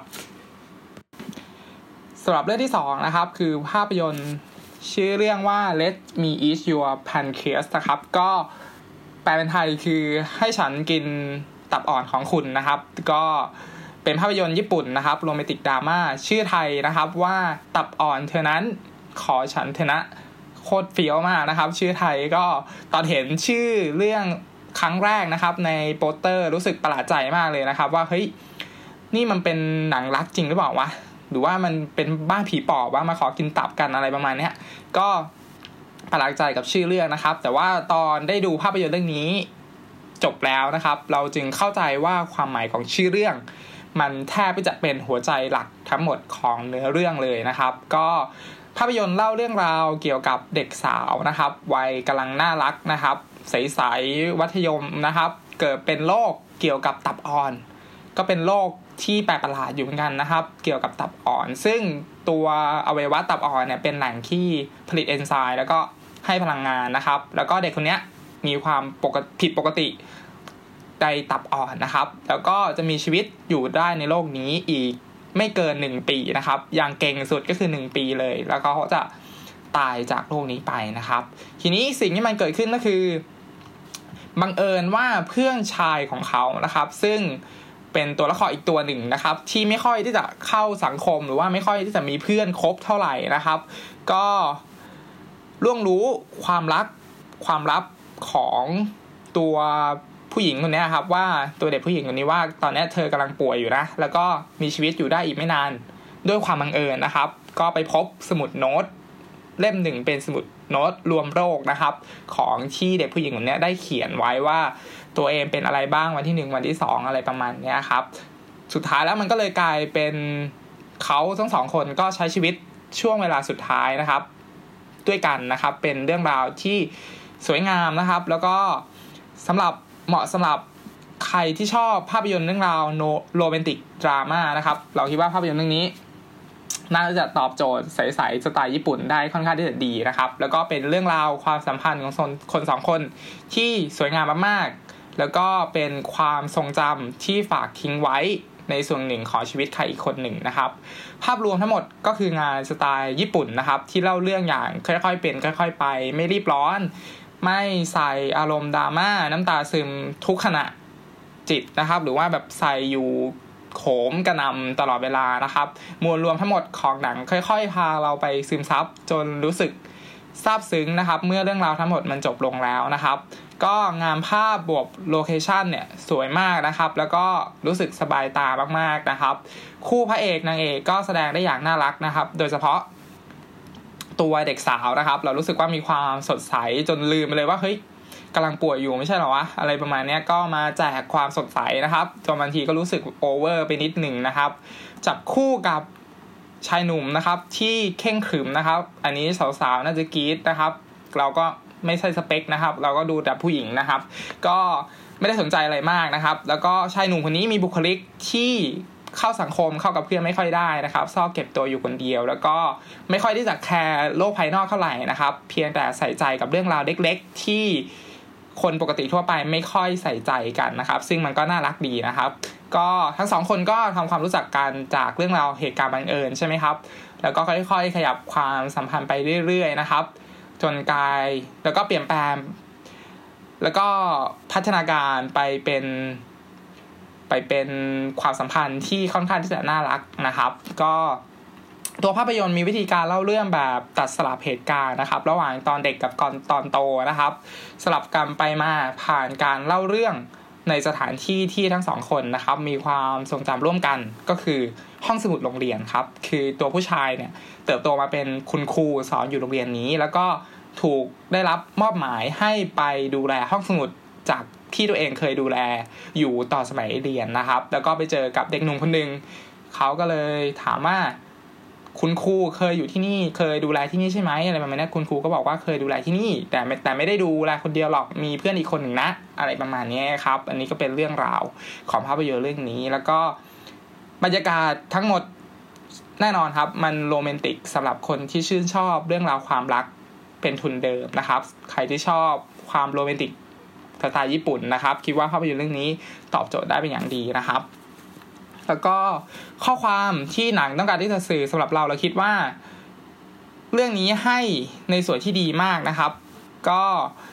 สำหรับเรื่องที่สองนะครับคือภาพยนตร์ชื่อเรื่องว่า Let Me Eat Your Pancreas นะครับก็แปลเป็นไทยคือให้ฉันกินตับอ่อนของคุณนะครับก็เป็นภาพยนตร์ญี่ปุ่นนะครับโรแมนติกดราม่าชื่อไทยนะครับว่าตับอ่อนเธอนั้นขอฉันเถอะนะโคตรเฟี้ยวมากนะครับชื่อไทยก็ตอนเห็นชื่อเรื่องครั้งแรกนะครับในโปสเตอร์รู้สึกประหลาดใจมากเลยนะครับว่าเฮ้ยนี่มันเป็นหนังรักจริงหรือเปล่าวะหรือว่ามันเป็นบ้าผีปอบว่ามาขอกินตับกันอะไรประมาณนี้ก็ประหลาดใจกับชื่อเรื่องนะครับแต่ว่าตอนได้ดูภาพยนตร์เรื่องนี้จบแล้วนะครับเราจึงเข้าใจว่าความหมายของชื่อเรื่องมันแทบจะเป็นหัวใจหลักทั้งหมดของเนื้อเรื่องเลยนะครับก็ภาพยนตร์เล่าเรื่องราวเกี่ยวกับเด็กสาวนะครับวัยกำลังน่ารักนะครับใสๆวัธยมนะครับเกิดเป็นโรคเกี่ยวกับตับอ่อนก็เป็นโรคที่แปลกประหลาดอยู่เหมือนกันนะครับเกี่ยวกับตับอ่อนซึ่งตัวอวัยวะตับอ่อนเนี่ยเป็นแหล่งที่ผลิตเอนไซม์แล้วก็ให้พลังงานนะครับแล้วก็เด็กคนนี้มีความปกติผิดปกติในตับอ่อนนะครับแล้วก็จะมีชีวิตอยู่ได้ในโลกนี้อีกไม่เกินหนึ่งปีนะครับอย่างเก่งสุดก็คือหนึ่งปีเลยแล้วก็เขาจะตายจากโลกนี้ไปนะครับทีนี้สิ่งที่มันเกิดขึ้นก็คือบังเอิญว่าเพื่อนชายของเขานะครับซึ่งเป็นตัวละครอีกตัวหนึ่งนะครับที่ไม่ค่อยที่จะเข้าสังคมหรือว่าไม่ค่อยที่จะมีเพื่อนคบเท่าไหร่นะครับก็ล่วงรู้ความรักความลับของตัวผู้หญิงคนนี้ครับว่าตัวเด็กผู้หญิงคนนี้ว่าตอนนี้เธอกำลังป่วยอยู่นะแล้วก็มีชีวิตอยู่ได้อีกไม่นานด้วยความบังเอิญนะครับก็ไปพบสมุดโน้ตเล่มหนึ่งเป็นสมุดโน้ตรวมโรคนะครับของที่เด็กผู้หญิงคนนี้ได้เขียนไว้ว่าตัวเองเป็นอะไรบ้างวันที่หนึ่งวันที่สองอะไรประมาณนี้ครับสุดท้ายแล้วมันก็เลยกลายเป็นเขาทั้งสองคนก็ใช้ชีวิตช่วงเวลาสุดท้ายนะครับด้วยกันนะครับเป็นเรื่องราวที่สวยงามนะครับแล้วก็สำหรับเหมาะสำหรับใครที่ชอบภาพยนตร์เรื่องราวโรแมนติกดราม่านะครับเราคิดว่าภาพยนตร์เรื่องนี้น่าจะตอบโจทย์ใสๆสไตล์ญี่ปุ่นได้ค่อนข้างที่จะดีนะครับแล้วก็เป็นเรื่องราวความสัมพันธ์ของคนสองคนที่สวยงามมากๆแล้วก็เป็นความทรงจำที่ฝากทิ้งไว้ในส่วนหนึ่งของชีวิตใครอีกคนหนึ่งนะครับภาพรวมทั้งหมดก็คืองานสไตล์ญี่ปุ่นนะครับที่เล่าเรื่องอย่างค่อยๆเป็นค่อยๆไปไม่รีบร้อนไม่ใส่อารมณ์ดราม่าน้ำตาซึมทุกขณะจิตนะครับหรือว่าแบบใส่อยู่โขมกระหน่ำตลอดเวลานะครับมวลรวมทั้งหมดของหนังค่อยๆพาเราไปซึมซับจนรู้สึกซาบซึ้งนะครับเมื่อเรื่องราวทั้งหมดมันจบลงแล้วนะครับก็งานภาพบวกโลเคชั่นเนี่ยสวยมากนะครับแล้วก็รู้สึกสบายตามากๆนะครับคู่พระเอกนางเอกก็แสดงได้อย่างน่ารักนะครับโดยเฉพาะตัวเด็กสาวนะครับเรารู้สึกว่ามีความสดใสจนลืมไปเลยว่าเฮ้ยกำลังป่วยอยู่ไม่ใช่หรอวะอะไรประมาณนี้ก็มาแจกความสดใสนะครับจนบางทีก็รู้สึกโอเวอร์ไปนิดหนึ่งนะครับจับคู่กับชายหนุ่มนะครับที่เข่งขรึมนะครับอันนี้สาวๆน่าจะกรี๊ดนะครับเราก็ไม่ใช่สเปคนะครับเราก็ดูแต่ผู้หญิงนะครับก็ไม่ได้สนใจอะไรมากนะครับแล้วก็ชายหนุ่มคนนี้มีบุคลิกที่เข้าสังคมเข้ากับเพื่อนไม่ค่อยได้นะครับชอบเก็บตัวอยู่คนเดียวแล้วก็ไม่ค่อยที่จะแคร์โลกภายนอกเท่าไหร่นะครับเพียงแต่ใส่ใจกับเรื่องราวเล็กๆที่คนปกติทั่วไปไม่ค่อยใส่ใจกันนะครับซึ่งมันก็น่ารักดีนะครับก็ทั้งสองคนก็ทำความรู้จักกันจากเรื่องราวเหตุการณ์บังเอิญใช่ไหมครับแล้วก็ค่อยๆขยับความสัมพันธ์ไปเรื่อยๆนะครับจนกลายแล้วก็เปลี่ยนแปลงแล้วก็พัฒนาการไปเป็นไปเป็นความสัมพันธ์ที่ค่อนข้างที่จะน่ารักนะครับก็ตัวภาพยนตร์มีวิธีการเล่าเรื่องแบบตัดสลับเหตุการณ์นะครับระหว่างตอนเด็กกับตอนตอนโตนะครับสลับกันไปมาผ่านการเล่าเรื่องในสถานที่ที่ทั้งสองคนนะครับมีความทรงจำร่วมกันก็คือห้องสมุดโรงเรียนครับคือตัวผู้ชายเนี่ยเติบโตมาเป็นคุณครูสอนอยู่โรงเรียนนี้แล้วก็ถูกได้รับมอบหมายให้ไปดูแลห้องสมุดจากที่ตัวเองเคยดูแลอยู่ต่อสมัยเรียนนะครับแล้วก็ไปเจอกับเด็กหนุ่มคนนึงเขาก็เลยถามว่าคุณครูเคยอยู่ที่นี่เคยดูแลที่นี่ใช่ไหมอะไรประมาณนี้คุณครูก็บอกว่าเคยดูแลที่นี่แต่แต่ไม่ได้ดูแลคนเดียวหรอกมีเพื่อนอีกคนหนึ่งนะอะไรประมาณนี้ครับอันนี้ก็เป็นเรื่องราวของภาพยนตร์เรื่องนี้แล้วก็บรรยากาศทั้งหมดแน่นอนครับมันโรแมนติกสำหรับคนที่ชื่นชอบเรื่องราวความรักเป็นทุนเดิมนะครับใครที่ชอบความโรแมนติกสไตล์ญี่ปุ่นนะครับคิดว่าภาพยนตร์เรื่องนี้ตอบโจทย์ได้เป็นอย่างดีนะครับแล้วก็ข้อความที่หนังต้องการที่จะสื่อสำหรับเราเราคิดว่าเรื่องนี้ให้ในส่วนที่ดีมากนะครับก็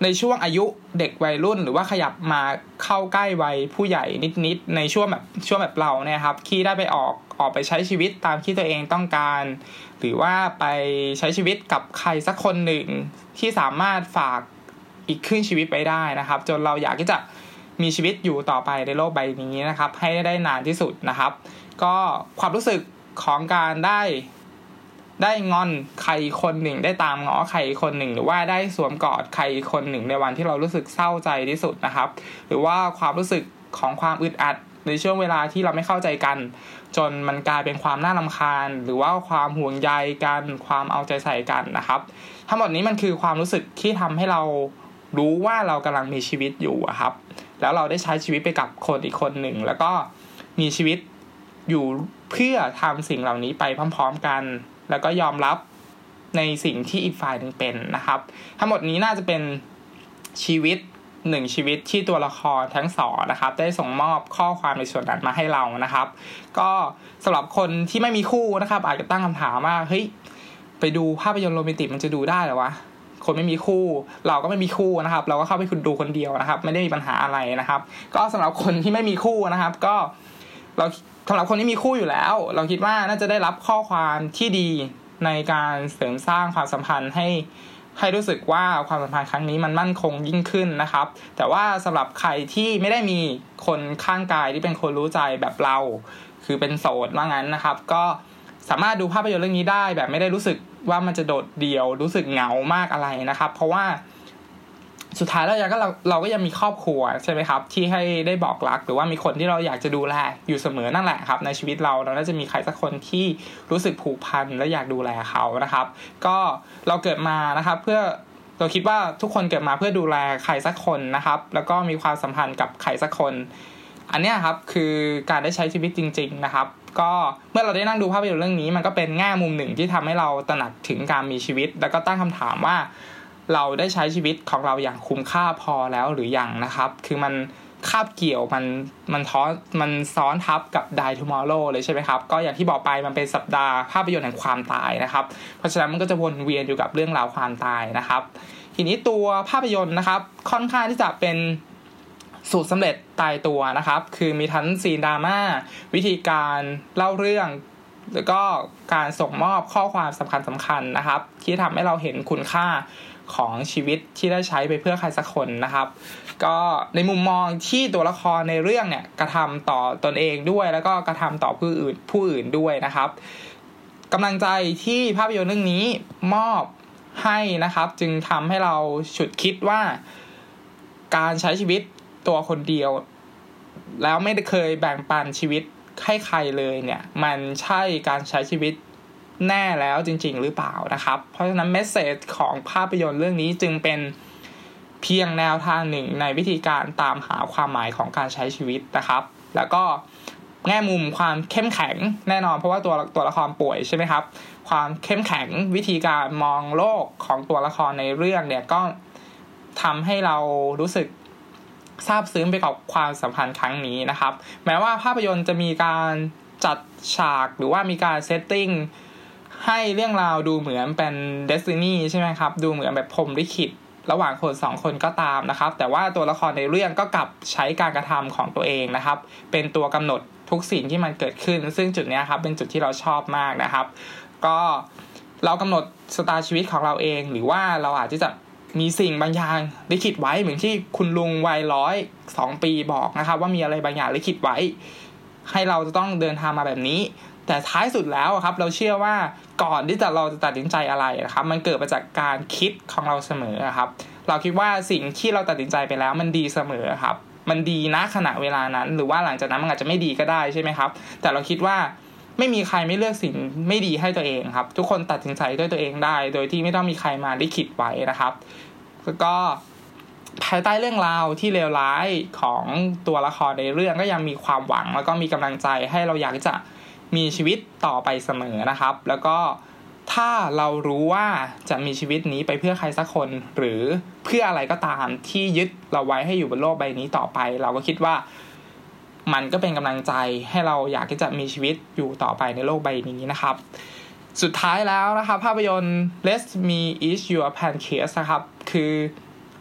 ในช่วงอายุเด็กวัยรุ่นหรือว่าขยับมาเข้าใกล้วัยผู้ใหญ่นิดๆในช่วงแบบช่วงแบบเราเนี่ยครับที่ได้ไปออกออกไปใช้ชีวิตตามที่ตัวเองต้องการหรือว่าไปใช้ชีวิตกับใครสักคนหนึ่งที่สามารถฝากอีกครึ่งชีวิตไปได้นะครับจนเราอยากที่จะมีชีวิตอยู่ต่อไปในโลกใบนี้นะครับให้ได้นานที่สุดนะครับก็ความรู้สึกของการได้ได้งอนใครคนหนึ่งได้ตามง้อใครคนหนึ่งหรือว่าได้สวมกอดใครคนหนึ่งในวันที่เรารู้สึกเศร้าใจที่สุดนะครับหรือว่าความรู้สึกของความอึดอัดในช่วงเวลาที่เราไม่เข้าใจกันจนมันกลายเป็นความน่ารำคาญหรือว่าความห่วงใยกันความเอาใจใส่กันนะครับทั้งหมดนี้มันคือความรู้สึกที่ทำให้เรารู้ว่าเรากำลังมีชีวิตอยู่ครับแล้วเราได้ใช้ชีวิตไปกับคนอีกคนหนึ่งแล้วก็มีชีวิตอยู่เพื่อทำสิ่งเหล่านี้ไปพร้อมๆกันแล้วก็ยอมรับในสิ่งที่อีกฝ่ายหนึ่งเป็นนะครับทั้งหมดนี้น่าจะเป็นชีวิตหนึ่งชีวิตที่ตัวละครทั้งสองนะครับได้ส่งมอบข้อความในส่วนนั้นมาให้เรานะครับก็สำหรับคนที่ไม่มีคู่นะครับอาจจะตั้งคำถามว่าเฮ้ยไปดูภาพยนตร์โรแมนติกมันจะดูได้เหรอวะคนไม่มีคู่เราก็ไม่มีคู่นะครับเราก็เข้าไปดูคนเดียวนะครับไม่ได้มีปัญหาอะไรนะครับก็สำหรับคนที่ไม่มีคู่นะครับก็เราสำหรับคนที่มีคู่อยู่แล้วเราคิดว่าน่าจะได้รับข้อความที่ดีในการเสริมสร้างความสัมพันธ์ให้ให้รู้สึกว่าความสัมพันธ์ครั้งนี้มันมั่นคงยิ่งขึ้นนะครับแต่ว่าสำหรับใครที่ไม่ได้มีคนข้างกายที่เป็นคนรู้ใจแบบเราคือเป็นโสดว่างั้นนะครับก็สามารถดูภาพยนตร์เรื่องนี้ได้แบบไม่ได้รู้สึกว่ามันจะโดดเดี่ยวรู้สึกเหงามากอะไรนะครับเพราะว่าสุดท้ายแล้วก็เราเราก็ยังมีครอบครัวใช่ไหมครับที่ให้ได้บอกรักหรือว่ามีคนที่เราอยากจะดูแลอยู่เสมอนั่นแหละครับในชีวิตเราเราน่าจะมีใครสักคนที่รู้สึกผูกพันและอยากดูแลเขานะครับก็เราเกิดมานะครับเพื่อเราคิดว่าทุกคนเกิดมาเพื่อดูแลใครสักคนนะครับแล้วก็มีความสัมพันธ์กับใครสักคนอันนี้ครับคือการได้ใช้ชีวิตจริงๆนะครับก็เมื่อเราได้นั่งดูภาพยนตร์เรื่องนี้มันก็เป็นแง่มุมหนึ่งที่ทำให้เราตระหนักถึงการมีชีวิตแล้วก็ตั้งคำถามว่าเราได้ใช้ชีวิตของเราอย่างคุ้มค่าพอแล้วหรือยังนะครับคือมันคาบเกี่ยวมันมันท้อมันซ้อนทับกับ Die Tomorrow เลยใช่ไหมครับก็อย่างที่บอกไปมันเป็นสัปดาห์ภาพยนตร์แห่งความตายนะครับเพราะฉะนั้นมันก็จะวนเวียนอยู่กับเรื่องราวความตายนะครับทีนี้ตัวภาพยนตร์นะครับค่อนข้างที่จะเป็นสูตรสำเร็จตายตัวนะครับคือมีทั้งซีนดราม่าวิธีการเล่าเรื่องแล้วก็การส่งมอบข้อความสำคัญสำคัญนะครับที่ทำให้เราเห็นคุณค่าของชีวิตที่ได้ใช้ไปเพื่อใครสักคนนะครับก็ในมุมมองที่ตัวละครในเรื่องเนี่ยกระทำต่อตนเองด้วยแล้วก็กระทำต่อผู้อื่นผู้อื่นด้วยนะครับกำลังใจที่ภาพยนตร์เรื่องนี้มอบให้นะครับจึงทำให้เราฉุดคิดว่าการใช้ชีวิตตัวคนเดียวแล้วไม่ได้เคยแบ่งปันชีวิตให้ใครเลยเนี่ยมันใช่การใช้ชีวิตแน่แล้วจริงๆหรือเปล่านะครับเพราะฉะนั้นเมสเสจของภาพยนตร์เรื่องนี้จึงเป็นเพียงแนวทางหนึ่งในวิธีการตามหาความหมายของการใช้ชีวิตนะครับแล้วก็แง่มุมความเข้มแข็งแน่นอนเพราะว่าตัวตัวละครป่วยใช่ไหมครับความเข้มแข็งวิธีการมองโลกของตัวละครในเรื่องเนี่ยก็ทำให้เรารู้สึกซาบซึ้งไปกับความสัมพันธ์ครั้งนี้นะครับแม้ว่าภาพยนตร์จะมีการจัดฉากหรือว่ามีการเซตติ้งให้เรื่องราวดูเหมือนเป็นเดสตินีใช่ไหมครับดูเหมือนแบบพรหมลิขิตระหว่างคนสองคนก็ตามนะครับแต่ว่าตัวละครในเรื่องก็กลับใช้การกระทำของตัวเองนะครับเป็นตัวกำหนดทุกสิ่งที่มันเกิดขึ้นซึ่งจุดนี้ครับเป็นจุดที่เราชอบมากนะครับก็เรากำหนดชะตาชีวิตของเราเองหรือว่าเราอาจจะมีสิ่งบางอย่างลิขิตไว้เหมือนที่คุณลุงวัยร้อยสองปีบอกนะครับว่ามีอะไรบางอย่างลิขิตไว้ให้เราจะต้องเดินทางมาแบบนี้แต่ท้ายสุดแล้วครับเราเชื่อว่าก่อนที่จะเราจะตัดสินใจอะไรนะครับมันเกิดมาจากการคิดของเราเสมอครับเราคิดว่าสิ่งที่เราตัดสินใจไปแล้วมันดีเสมอครับมันดีณขณะเวลานั้นหรือว่าหลังจากนั้นมันอาจจะไม่ดีก็ได้ใช่ไหมครับแต่เราคิดว่าไม่มีใครไม่เลือกสิ่งไม่ดีให้ตัวเองครับทุกคนตัดสินใจด้วยตัวเองได้โดยที่ไม่ต้องมีใครมาลิขิตไว้นะครับแล้วก็ภายใต้เรื่องราวที่เลวร้ายของตัวละครในเรื่องก็ยังมีความหวังแล้วก็มีกำลังใจให้เราอยากจะมีชีวิตต่อไปเสมอนะครับแล้วก็ถ้าเรารู้ว่าจะมีชีวิตนี้ไปเพื่อใครสักคนหรือเพื่ออะไรก็ตามที่ยึดเราไว้ให้อยู่บนโลกใบนี้ต่อไปเราก็คิดว่ามันก็เป็นกำลังใจให้เราอยากที่จะมีชีวิตอยู่ต่อไปในโลกใบนี้นะครับสุดท้ายแล้วนะครับภาพยนตร์ Let Me Eat Your Pancakes นะครับคือ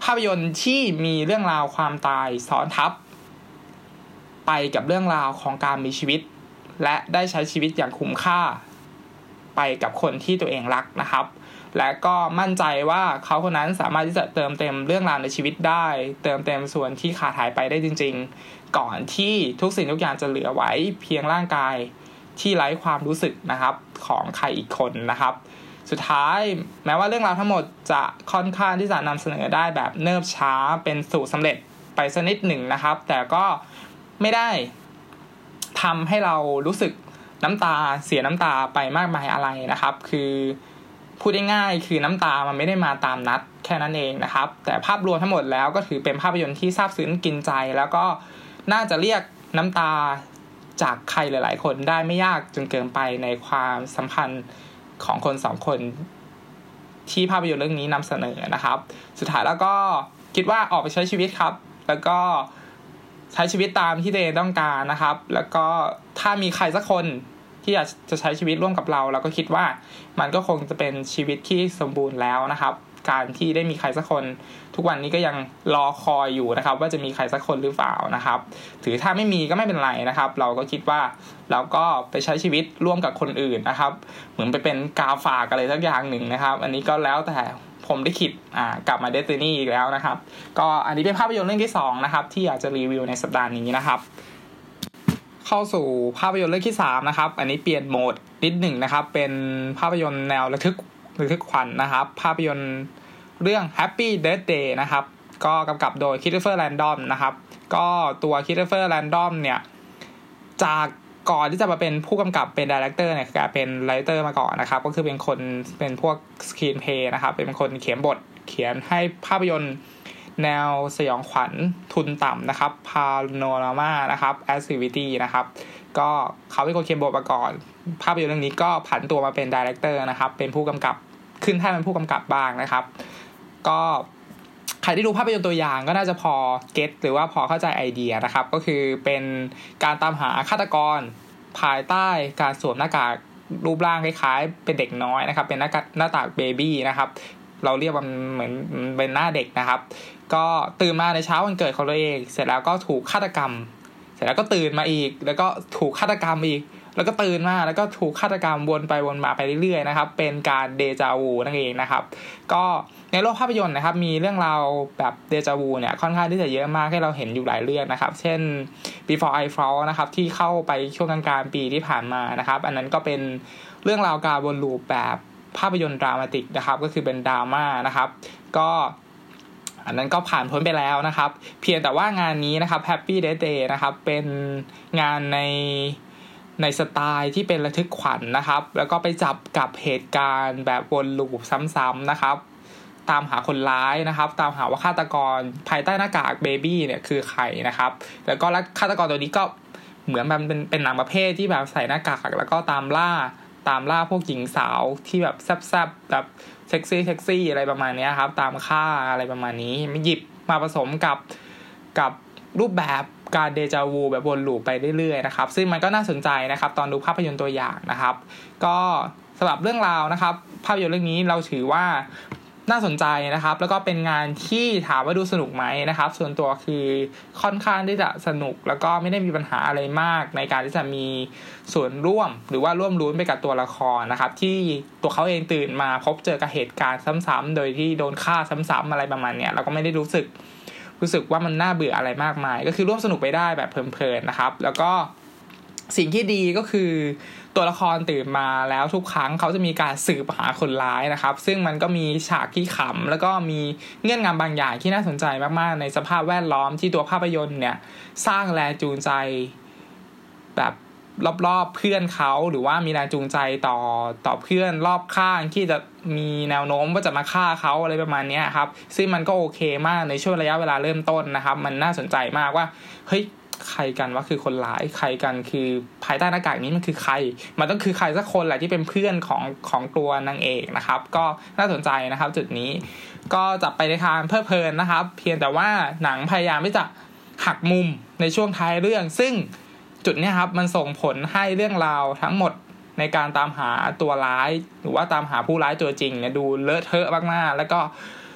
ภาพยนตร์ที่มีเรื่องราวความตายซ้อนทับไปกับเรื่องราวของการมีชีวิตและได้ใช้ชีวิตอย่างคุ้มค่าไปกับคนที่ตัวเองรักนะครับและก็มั่นใจว่าเขาคนนั้นสามารถที่จะเติมเต็มเรื่องราวในชีวิตได้เติมเต็มส่วนที่ขาดหายไปได้จริงๆก่อนที่ทุกสิ่งทุกอย่างจะเหลือไว้เพียงร่างกายที่ไร้ความรู้สึกนะครับของใครอีกคนนะครับสุดท้ายแม้ว่าเรื่องราวทั้งหมดจะค่อนข้างที่จะนำเสนอได้แบบเนิบช้าเป็นสูตรสำเร็จไปสักนิดหนึ่งนะครับแต่ก็ไม่ได้ทำให้เรารู้สึกน้ำตาเสียน้ำตาไปมากมายอะไรนะครับคือพูดง่ายๆคือน้ำตามันไม่ได้มาตามนัดแค่นั้นเองนะครับแต่ภาพรวมทั้งหมดแล้วก็ถือเป็นภาพยนตร์ที่ซาบซึ้งกินใจแล้วก็น่าจะเรียกน้ำตาจากใครหลายๆคนได้ไม่ยากจนเกินไปในความสัมพันธ์ของคนสองคนที่ภาพยนตร์เรื่องนี้นำเสนอนะครับสุดท้ายแล้วก็คิดว่าออกไปใช้ชีวิตครับแล้วก็ใช้ชีวิตตามที่ตัวเองต้องการนะครับแล้วก็ถ้ามีใครสักคนที่อยากจะใช้ชีวิตร่วมกับเราเราก็คิดว่ามันก็คงจะเป็นชีวิตที่สมบูรณ์แล้วนะครับการที่ได้มีใครสักคนทุกวันนี้ก็ยังรอคอยอยู่นะครับว่าจะมีใครสักคนหรือเปล่านะครับถือถ้าไม่มีก็ไม่เป็นไรนะครับเราก็คิดว่าเราก็ไปใช้ชีวิตร่วมกับคนอื่นนะครับเหมือนไปเป็นกาฝากอะไรสักอย่างหนึ่งนะครับอันนี้ก็แล้วแต่ผมได้คิดอ่ากลับมา Destiny อีกแล้วนะครับก็อันนี้เป็นภาพยนตร์เรื่องที่สองนะครับที่อยากจะรีวิวในสัปดาห์นี้นะครับเข้าสู่ภาพยนตร์เรื่องที่สามนะครับอันนี้เปลี่ยนโหมดนิดหนึ่งนะครับเป็นภาพยนตร์แนวระทึกระทึกขวัญ น, นะครับภาพยนตร์เรื่อง Happy Death Day นะครับก็กำกับโดย Christopher Landon นะครับก็ตัว Christopher Landon เนี่ยจากก่อนที่จะมาเป็นผู้กำกับเป็นไดเรคเตอร์เนี่ยกลายเป็นไรเตอร์มาก่อนนะครับก็คือเป็นคนเป็นพวกสกรีนเพลย์นะครับเป็นคนเขียนบทเขียนให้ภาพยนตร์แนวสยองขวัญทุนต่ำนะครับ Panorama นะครับ Activity นะครับก็เขาเป็นคนเขียนบทมาก่อนภาพยนตร์เรื่องนี้ก็ผันตัวมาเป็นไดเรคเตอร์นะครับเป็นผู้กำกับขึ้นแท่นเป็นผู้กำกับบ้างนะครับก็ใครที่ดูภาพยนตร์ตัวอย่างก็น่าจะพอเก็ตหรือว่าพอเข้าใจไอเดียนะครับก็คือเป็นการตามหาฆาตกรภายใต้การสวมหน้ากากรูปร่างคล้ายๆเป็นเด็กน้อยนะครับเป็นหน้ากากหน้าตากเบบี้นะครับเราเรียกว่าเหมือนเป็นหน้าเด็กนะครับก็ตื่นมาในเช้าวันเกิดของตัวเองเสร็จแล้วก็ถูกฆาตกรรมเสร็จแล้วก็ตื่นมาอีกแล้วก็ถูกฆาตกรรมอีกแล้วก็ตื่นมาแล้วก็ถูกฆาตกรรมวนไปวนมาไปเรื่อยๆนะครับเป็นการเดจาวูนั่นเองนะครับก็ในโลกภาพยนตร์นะครับมีเรื่องราวแบบเดจาวูเนี่ยค่อนข้างที่จะเยอะมากให้เราเห็นอยู่หลายเรื่องนะครับเช่น Before I Fall นะครับที่เข้าไปช่วงกลางๆปีที่ผ่านมานะครับอันนั้นก็เป็นเรื่องราวการวนลูปแบบภาพยนตร์ดรามาติกนะครับก็คือเป็นดราม่านะครับก็อันนั้นก็ผ่านพ้นไปแล้วนะครับเพียงแต่ว่างานนี้นะครับ Happy Death Day นะครับเป็นงานในในสไตล์ที่เป็นระทึกขวัญ น, นะครับแล้วก็ไปจับกับเหตุการณ์แบบวนลูปซ้ำๆนะครับตามหาคนร้ายนะครับตามหาว่าฆาตกรภายใต้หน้ากากเบบี้เนี่ยคือใครนะครับแล้วก็ฆาตกรตัวนี้ก็เหมือนมันเป็นเป็นหนังประเภทที่แบบใส่หน้ากากแล้วก็ตามล่าตามล่าพวกหญิงสาวที่แบบแซ่บๆแบบเซ็กซี่เซ็กซี่อะไรประมาณนี้ครับตามฆ่าอะไรประมาณนี้หยิบมาผสมกับกับรูปแบบการเดจาวูแบบวนลูปไปเรื่อยๆนะครับซึ่งมันก็น่าสนใจนะครับตอนดูภาพยนตร์ตัวอย่างนะครับก็สำหรับเรื่องราวนะครับภาพยนตร์เรื่องนี้เราถือว่าน่าสนใจนะครับแล้วก็เป็นงานที่ถามว่าดูสนุกไหมนะครับส่วนตัวคือค่อนข้างที่จะสนุกแล้วก็ไม่ได้มีปัญหาอะไรมากในการที่จะมีส่วนร่วมหรือว่าร่วมลุ้นไปกับตัวละครนะครับที่ตัวเขาเองตื่นมาพบเจอกับเหตุการณ์ซ้ำๆโดยที่โดนฆ่าซ้ำๆอะไรประมาณนี้เราก็ไม่ได้รู้สึกรู้สึกว่ามันน่าเบื่ออะไรมากมายก็คือร่วมสนุกไปได้แบบเพลินๆนะครับแล้วก็สิ่งที่ดีก็คือตัวละครตื่นมาแล้วทุกครั้งเขาจะมีการสืบหาคนร้ายนะครับซึ่งมันก็มีฉากที่ขำแล้วก็มีเงื่อนงำบางอย่างที่น่าสนใจมากๆในสภาพแวดล้อมที่ตัวภาพยนตร์เนี่ยสร้างแรงจูงใจแบบรอบๆเพื่อนเขาหรือว่ามีแรงจูงใจต่อต่อเพื่อนรอบข้างที่จะมีแนวโน้มว่าจะมาฆ่าเขาอะไรประมาณนี้ครับซึ่งมันก็โอเคมากในช่วงระยะเวลาเริ่มต้นนะครับมันน่าสนใจมากว่าเฮ้ยใครกันว่าคือคนร้ายใครกันคือภายใต้หน้ากากนี้มันคือใครมันต้องคือใครสักคนแหละที่เป็นเพื่อนของของตัวนางเอกนะครับก็น่าสนใจนะครับจุดนี้ก็จับไปในทางเพลิดเพลินนะครับเพียงแต่ว่าหนังพยายามที่จะหักมุมในช่วงท้ายเรื่องซึ่งจุดนี้ครับมันส่งผลให้เรื่องราวทั้งหมดในการตามหาตัวร้ายหรือว่าตามหาผู้ร้ายตัวจริงเนี่ยดูเลอะเทอะมากๆแล้วก็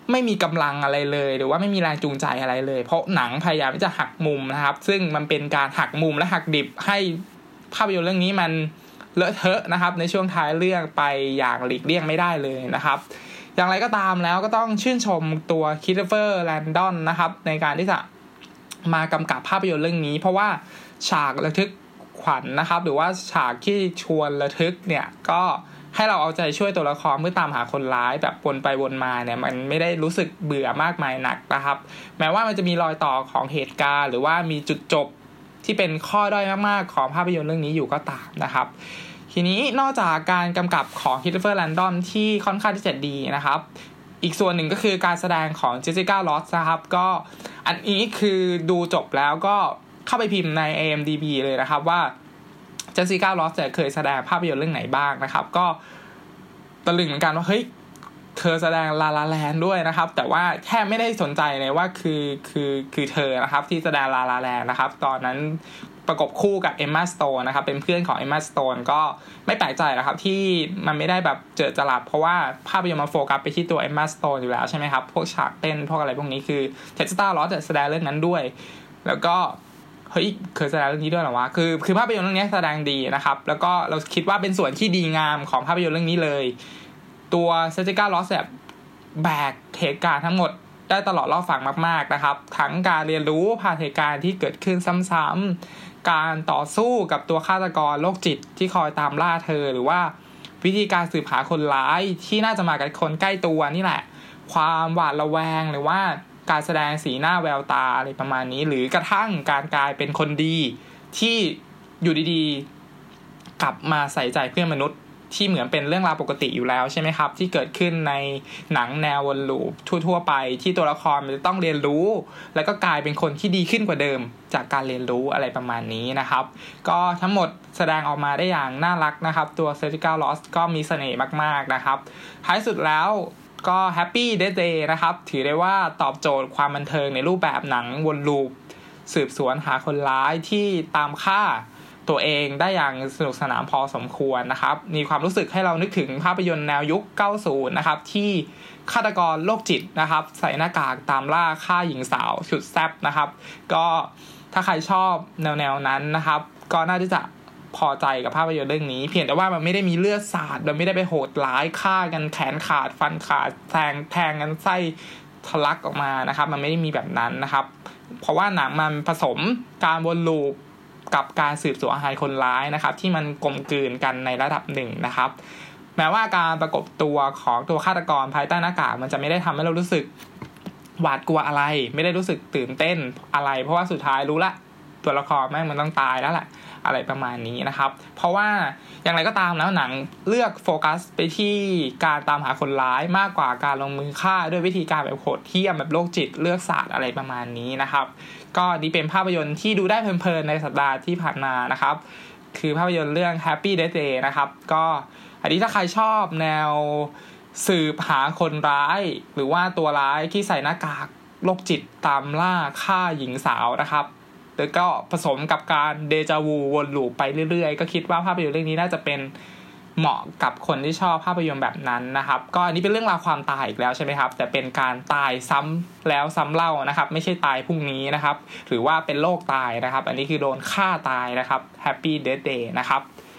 ไม่มีกำลังอะไรเลยหรือว่าไม่มีแรงจูงใจอะไรเลยเพราะหนังพยายามที่จะหักมุมนะครับซึ่งมันเป็นการหักมุมและหักดิบให้ภาพยนตร์เรื่องนี้มันเลอะเทอะนะครับในช่วงท้ายเรื่องไปอย่างหลีกเลี่ยงไม่ได้เลยนะครับอย่างไรก็ตามแล้วก็ต้องชื่นชมตัวคริสโตเฟอร์แลนดอนนะครับในการที่จะมากำกับภาพยนตร์เรื่องนี้เพราะว่าฉากระทึกขวัญ น, นะครับหรือว่าฉากที่ชวนระทึกเนี่ยก็ให้เราเอาใจช่วยตัวละครเพื่อตามหาคนร้ายแบบวนไปวนมาเนี่ยมันไม่ได้รู้สึกเบื่อมากมายนักนะครับแม้ว่ามันจะมีรอยต่อของเหตุการณ์หรือว่ามีจุดจบที่เป็นข้อด้อยมากๆของภาพยนตร์เรื่องนี้อยู่ก็ตามนะครับทีนี้นอกจากการกำกับของคริสโตเฟอร์แลนดอนที่ค่อนข้างที่จะดีนะครับอีกส่วนหนึ่งก็คือการแสดงของเจสสิก้า ลอสนะครับก็อันนี้คือดูจบแล้วก็เข้าไปพิมพ์ใน ไอ เอ็ม ดี บี เลยนะครับว่าเจสสิก้า ลอสเคยแสดงภาพยนตร์เรื่องไหนบ้างนะครับก็ตะลึงเหมือนกันว่าเฮ้ยเธอแสดงลาลาแลนด์ด้วยนะครับแต่ว่าแค่ไม่ได้สนใจเลยว่าคือคือคือเธอนะครับที่แสดงลาลาแลนด์นะครับตอนนั้นประกบคู่กับเอมม่าสโตนนะครับเป็นเพื่อนของเอมม่าสโตนก็ไม่แปลกใจหรอกครับที่มันไม่ได้แบบเจอจลัดเพราะว่าภาพยนตร์มาโฟกัสไปที่ตัวเอมม่าสโตนอยู่แล้วใช่ไหมครับพวกฉากเต้นพวกอะไรพวกนี้คือเจสสิก้า ลอสแสดงเรื่องนั้นด้วยแล้วก็เฮ้ยเคยแสดงเรื่องนี้ด้วยเหรอวะคือคือภาพยนตร์เรื่องนี้แสดงดีนะครับแล้วก็เราคิดว่าเป็นส่วนที่ดีงามของภาพยนตร์เรื่องนี้เลยตัวเจสสิก้า ลอสแบบแบกเหตุการณ์ทั้งหมดได้ตลอดรอบฝั่งมากๆนะครับทั้งการเรียนรู้ผ่านเหตุการณ์ที่เกิดขึ้นซ้ำๆการต่อสู้กับตัวฆาตกรโรคจิตที่คอยตามล่าเธอหรือว่าวิธีการสืบหาคนร้ายที่น่าจะมากับคนใกล้ตัวนี่แหละความหวาดระแวงหรือว่าการแสดงสีหน้าแววตาอะไรประมาณนี้หรือกระทั่งการกลายเป็นคนดีที่อยู่ดีๆกลับมาใส่ใจเพื่อนมนุษย์ที่เหมือนเป็นเรื่องราวปกติอยู่แล้วใช่ไหมครับที่เกิดขึ้นในหนังแนววนลูปทั่วๆไปที่ตัวละครมันจะต้องเรียนรู้แล้วก็กลายเป็นคนที่ดีขึ้นกว่าเดิมจากการเรียนรู้อะไรประมาณนี้นะครับก็ทั้งหมดแสดงออกมาได้อย่างน่ารักนะครับตัว เจสสิก้า ลอสก็มีเสน่ห์มากๆนะครับท้ายสุดแล้วก็ Happy Death Day นะครับถือได้ว่าตอบโจทย์ความบันเทิงในรูปแบบหนังวนลูปสืบสวนหาคนร้ายที่ตามฆ่าตัวเองได้อย่างสนุกสนานพอสมควรนะครับมีความรู้สึกให้เรานึกถึงภาพยนตร์แนวยุคเก้าสิบนะครับที่ฆาตกรโรคจิตนะครับใส่หน้ากากตามล่าฆ่าหญิงสาวสุดแซ่บนะครับก็ถ้าใครชอบแนวๆนั้นนะครับก็น่าจะพอใจกับภาพยนตร์เรื่องนี้เพียงแต่ว่ามันไม่ได้มีเลือดสาดมันไม่ได้ไปโหดร้ายฆ่ากันแขนขาดฟันขาดแทงแทงกันไส้ทะลักออกมานะครับมันไม่ได้มีแบบนั้นนะครับเพราะว่าหนังมันผสมการวนลูปกับการสืบสวนหาคนร้ายนะครับที่มันกลมกลืนกันในระดับหนึ่งนะครับแม้ว่าการประกบตัวของตัวฆาตกรภายใต้หน้ากากมันจะไม่ได้ทำให้เรารู้สึกหวาดกลัวอะไรไม่ได้รู้สึกตื่นเต้นอะไรเพราะว่าสุดท้ายรู้ละตัวละครแม่งมันต้องตายแล้วแหละอะไรประมาณนี้นะครับเพราะว่าอย่างไรก็ตามแล้วหนังเลือกโฟกัสไปที่การตามหาคนร้ายมากกว่าการลงมือฆ่าด้วยวิธีการแบบโหดเหี้ยมแบบโรคจิตเลือกศาสตร์อะไรประมาณนี้นะครับก็นี่เป็นภาพยนตร์ที่ดูได้เพลินๆในสัปดาห์ที่ผ่านมานะครับคือภาพยนตร์เรื่อง Happy Death Day นะครับก็อันนี้ถ้าใครชอบแนวสืบหาคนร้ายหรือว่าตัวร้ายที่ใส่หน้ากากโรคจิตตามล่าฆ่าหญิงสาวนะครับแล้วก็ผสมกับการเดจาวูวนลูปไปเรื่อยๆก็คิดว่าภาพยนตร์เรื่องนี้น่าจะเป็นเหมาะกับคนที่ชอบภาพยนตร์แบบนั้นนะครับก็อันนี้เป็นเรื่องราวความตายอีกแล้วใช่ไหมครับแต่เป็นการตายซ้ำแล้วซ้ำเล่านะครับไม่ใช่ตายพรุ่งนี้นะครับหรือว่าเป็นโรคตายนะครับอันนี้คือโดนฆ่าตายนะครับ Happy Death Day นะครับ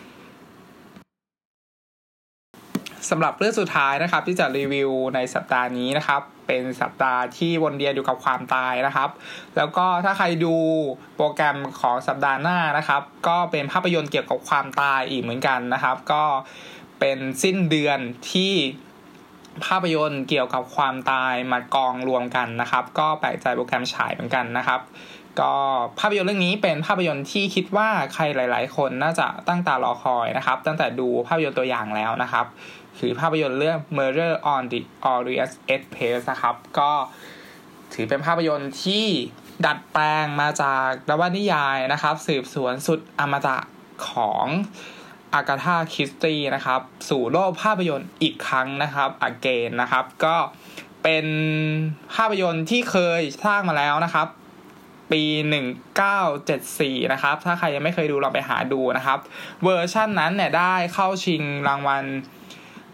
สำหรับเรื่องสุดท้ายนะครับที่จะรีวิวในสัปดาห์นี้นะครับเป็นสัปดาห์ที่วนเวียนอยู่กับความตายนะครับแล้วก็ถ้าใครดูโปรแกรมของสัปดาห์หน้านะครับก็เป็นภาพยนตร์เกี่ยวกับความตายอีกเหมือนกันนะครับก็เป็นสิ้นเดือนที่ภาพยนตร์เกี่ยวกับความตายมากองรวมกันนะครับก็แปลกใจโปรแกรมฉายเหมือนกันนะครับก็ภาพยนตร์เรื่องนี้เป็นภาพยนตร์ที่คิดว่าใครหลายๆคนน่าจะตั้งตารอคอยนะครับตั้งแต่ดูภาพยนตร์ตัวอย่างแล้วนะครับคือภาพยนตร์เรื่อง Murder on the Orient Express นะครับก็ถือเป็นภาพยนตร์ที่ดัดแปลงมาจากนวนิยายนะครับสืบสวนสุดอมตะของอากาธาคริสตี้นะครับสู่โลกภาพยนตร์อีกครั้งนะครับ again นะครับก็เป็นภาพยนตร์ที่เคยสร้างมาแล้วนะครับปีหนึ่งพันเก้าร้อยเจ็ดสิบสี่นะครับถ้าใครยังไม่เคยดูลองไปหาดูนะครับเวอร์ชันนั้นเนี่ยได้เข้าชิงรางวัล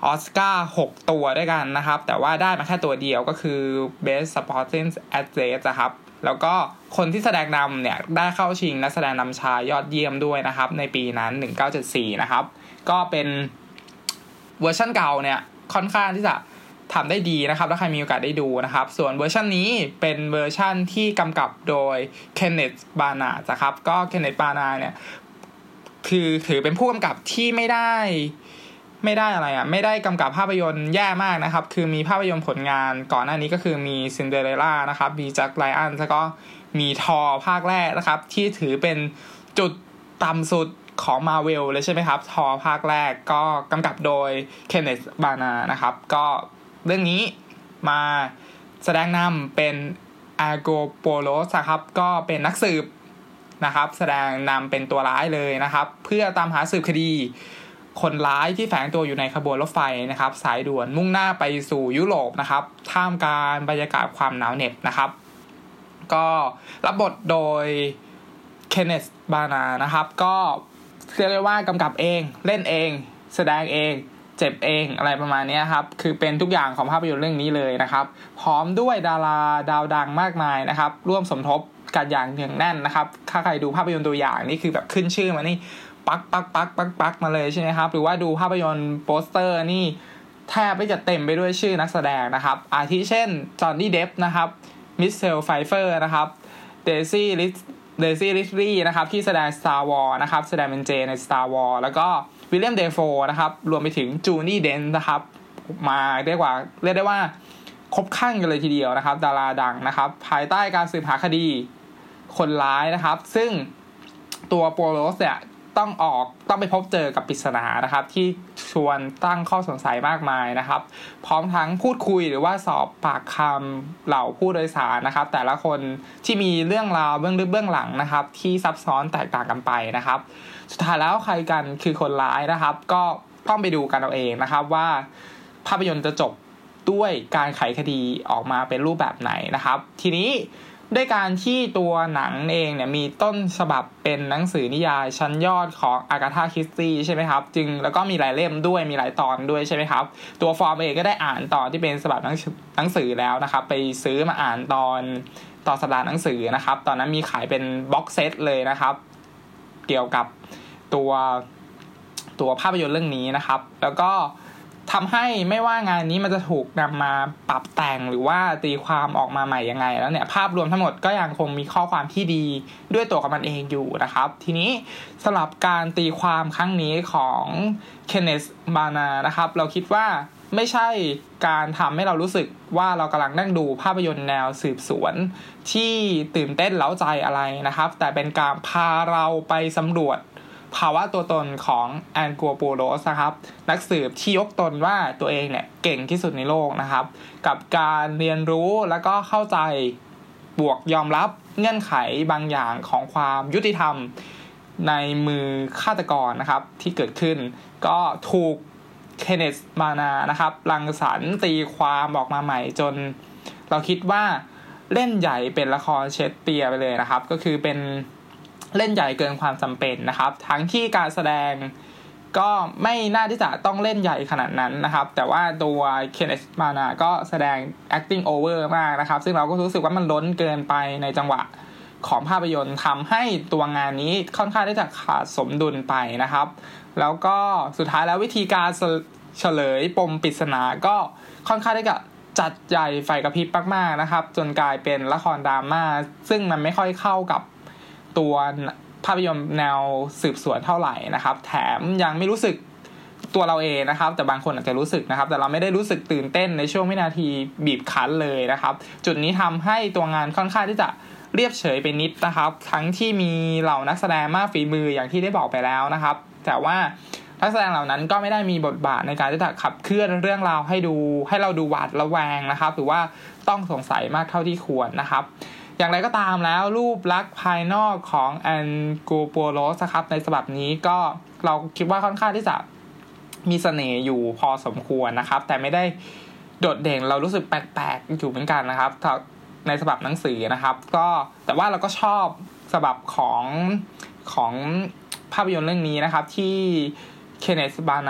ออสการ์หกตัวด้วยกันนะครับแต่ว่าได้มาแค่ตัวเดียวก็คือ Best Supporting Actress นะครับแล้วก็คนที่แสดงนำเนี่ยได้เข้าชิงนักแสดงนำชายยอดเยี่ยมด้วยนะครับในปีนั้นหนึ่งพันเก้าร้อยเจ็ดสิบสี่นะครับก็เป็นเวอร์ชันเก่าเนี่ยค่อนข้างที่จะทำได้ดีนะครับถ้าใครมีโอกาสได้ดูนะครับส่วนเวอร์ชันนี้เป็นเวอร์ชันที่กำกับโดยเคนเนธ บานาร์ดนะครับก็เคนเนธ บานาร์ดเนี่ยคือถือเป็นผู้กำกับที่ไม่ได้ไม่ได้อะไรอ่ะไม่ได้กำกับภาพยนตร์แย่มากนะครับคือมีภาพยนตร์ผลงานก่อนหน้านี้ก็คือมีซินเดอเรลล่านะครับมีแจ็คไลอันแล้วก็มีทอภาคแรกนะครับที่ถือเป็นจุดต่ำสุดของ Marvel เลยใช่ไหมครับทอภาคแรกก็กำกับโดยเคนเนธ บานาร์ดนะครับก็เรื่องนี้มาแสดงนำเป็นอาโกโปโลสครับก็เป็นนักสืบนะครับแสดงนำเป็นตัวร้ายเลยนะครับเพื่อตามหาสืบคดีคนร้ายที่แฝงตัวอยู่ในขบวนรถไฟนะครับสายด่วนมุ่งหน้าไปสู่ยุโรปนะครับท่ามกลางบรรยากาศความหนาวเหน็บนะครับก็รับบทโดยเคนเนธ บานาร์ดนะครับก็เรียกได้ว่ากำกับเองเล่นเองแสดงเองเจ็บเองอะไรประมาณนี้ครับคือเป็นทุกอย่างของภาพยนตร์เรื่องนี้เลยนะครับพร้อมด้วยดาราดาวดังมากมายนะครับร่วมสมทบกันอย่างเนืองแน่นนะครับถ้าใครดูภาพยนตร์ตัวอย่างนี่คือแบบขึ้นชื่อมานี่ปักปักปักปักปักมาเลยใช่ไหมครับหรือว่าดูภาพยนตร์โปสเตอร์นี่แทบไม่จะเต็มไปด้วยชื่อนักแสดงนะครับอาทิเช่นจอห์นนี่เดฟนะครับมิเชลไฟเฟอร์นะครับเดซี่ลิสเดซี่ลิสลี่นะครับที่แสดง Star Wars นะครับแสดงเป็นเจใน Star Wars แล้วก็วิลเลียมเดโฟนะครับรวมไปถึงจูนี่เดนนะครับมาเรียกว่าเรียกได้ว่าครบครันกันเลยทีเดียวนะครับดาราดังนะครับภายใต้การสืบหาคดีคนร้ายนะครับซึ่งตัวโปโลสเนี่ยต้องออกต้องไปพบเจอกับปริศนานะครับที่ชวนตั้งข้อสงสัยมากมายนะครับพร้อมทั้งพูดคุยหรือว่าสอบปากคำเหล่าผู้โดยสารนะครับแต่ละคนที่มีเรื่องราวเบื้องลึกเบื้องหลังนะครับที่ซับซ้อนแตกต่างกันไปนะครับสุดท้ายแล้วใครกันคือคนร้ายนะครับก็ต้องไปดูกันเอาเองนะครับว่าภาพยนตร์จะจบด้วยการไขคดีออกมาเป็นรูปแบบไหนนะครับทีนี้ด้วยการที่ตัวหนังเองเนี่ยมีต้นฉบับเป็นหนังสือนิยายชั้นยอดของอากาธาคริสตี้ใช่ไหมครับจึงแล้วก็มีหลายเล่มด้วยมีหลายตอนด้วยใช่ไหมครับตัวฟอร์มเองก็ได้อ่านตอนที่เป็นฉบับหนังสือแล้วนะครับไปซื้อมาอ่านตอนตอนสัปดาห์หนังสือนะครับตอนนั้นมีขายเป็นบ็อกเซตเลยนะครับเกี่ยวกับตัวตัวภาพยนตร์เรื่องนี้นะครับแล้วก็ทำให้ไม่ว่างานนี้มันจะถูกนำมาปรับแต่งหรือว่าตีความออกมาใหม่ยังไงแล้วเนี่ยภาพรวมทั้งหมดก็ยังคงมีข้อความที่ดีด้วยตัวของมันเองอยู่นะครับทีนี้สำหรับการตีความครั้งนี้ของเคนเนธ บานาร์ดนะครับเราคิดว่าไม่ใช่การทำให้เรารู้สึกว่าเรากำลังนั่งดูภาพยนตร์แนวสืบสวนที่ตื่นเต้นเร้าใจอะไรนะครับแต่เป็นการพาเราไปสำรวจภาวะตัวตนของแอนกัวโปโลสนะครับนักสืบที่ยกตนว่าตัวเองเนี่ยเก่งที่สุดในโลกนะครับกับการเรียนรู้แล้วก็เข้าใจบวกยอมรับเงื่อนไขบางอย่างของความยุติธรรมในมือฆาตกรนะครับที่เกิดขึ้นก็ถูกเคนเนธ บานาร์ดนะครับรังสรรค์ตีความออกมาใหม่จนเราคิดว่าเล่นใหญ่เป็นละครเชคสเปียร์ไปเลยนะครับก็คือเป็นเล่นใหญ่เกินความจำเป็นนะครับทั้งที่การแสดงก็ไม่น่าที่จะต้องเล่นใหญ่ขนาดนั้นนะครับแต่ว่าตัวเคนเนธ บานาร์ดก็แสดง acting over มากนะครับซึ่งเราก็รู้สึกว่ามันล้นเกินไปในจังหวะของภาพยนตร์ทำให้ตัวงานนี้ค่อนข้างที่จะขาดสมดุลไปนะครับแล้วก็สุดท้ายแล้ววิธีการเฉลยปมปริศนาก็ค่อนข้างที่จะจัดใหญ่ไฟกระพริบมากๆนะครับจนกลายเป็นละครดราม่าซึ่งมันไม่ค่อยเข้ากับตัวภาพยนตร์แนวสืบสวนเท่าไหร่นะครับแถมยังไม่รู้สึกตัวเราเองนะครับแต่บางคนอาจจะรู้สึกนะครับแต่เราไม่ได้รู้สึกตื่นเต้นในช่วงวินาทีบีบคั้นเลยนะครับจุดนี้ทำให้ตัวงานค่อนข้างที่จะเรียบเฉยไปนิดนะครับทั้งที่มีเหล่านักแสดงมากฝีมืออย่างที่ได้บอกไปแล้วนะครับแต่ว่านักแสดงเหล่านั้นก็ไม่ได้มีบทบาทในการที่จะขับเคลื่อนเรื่องราวให้ดูให้เราดูหวาดระแวงนะครับหรือว่าต้องสงสัยมากเท่าที่ควรนะครับอย่างไรก็ตามแล้วรูปลักษณ์ภายนอกของแอนกูโปโลสครับในฉบับนี้ก็เราคิดว่าค่อนข้างที่จะมีเสน่ห์อยู่พอสมควรนะครับแต่ไม่ได้โดดเด่นเรารู้สึกแปลกๆอยู่เหมือนกันนะครับในฉบับหนังสือนะครับก็แต่ว่าเราก็ชอบฉบับของของภาพยนตร์เรื่องนี้นะครับที่เคนเนธ บานาร์ด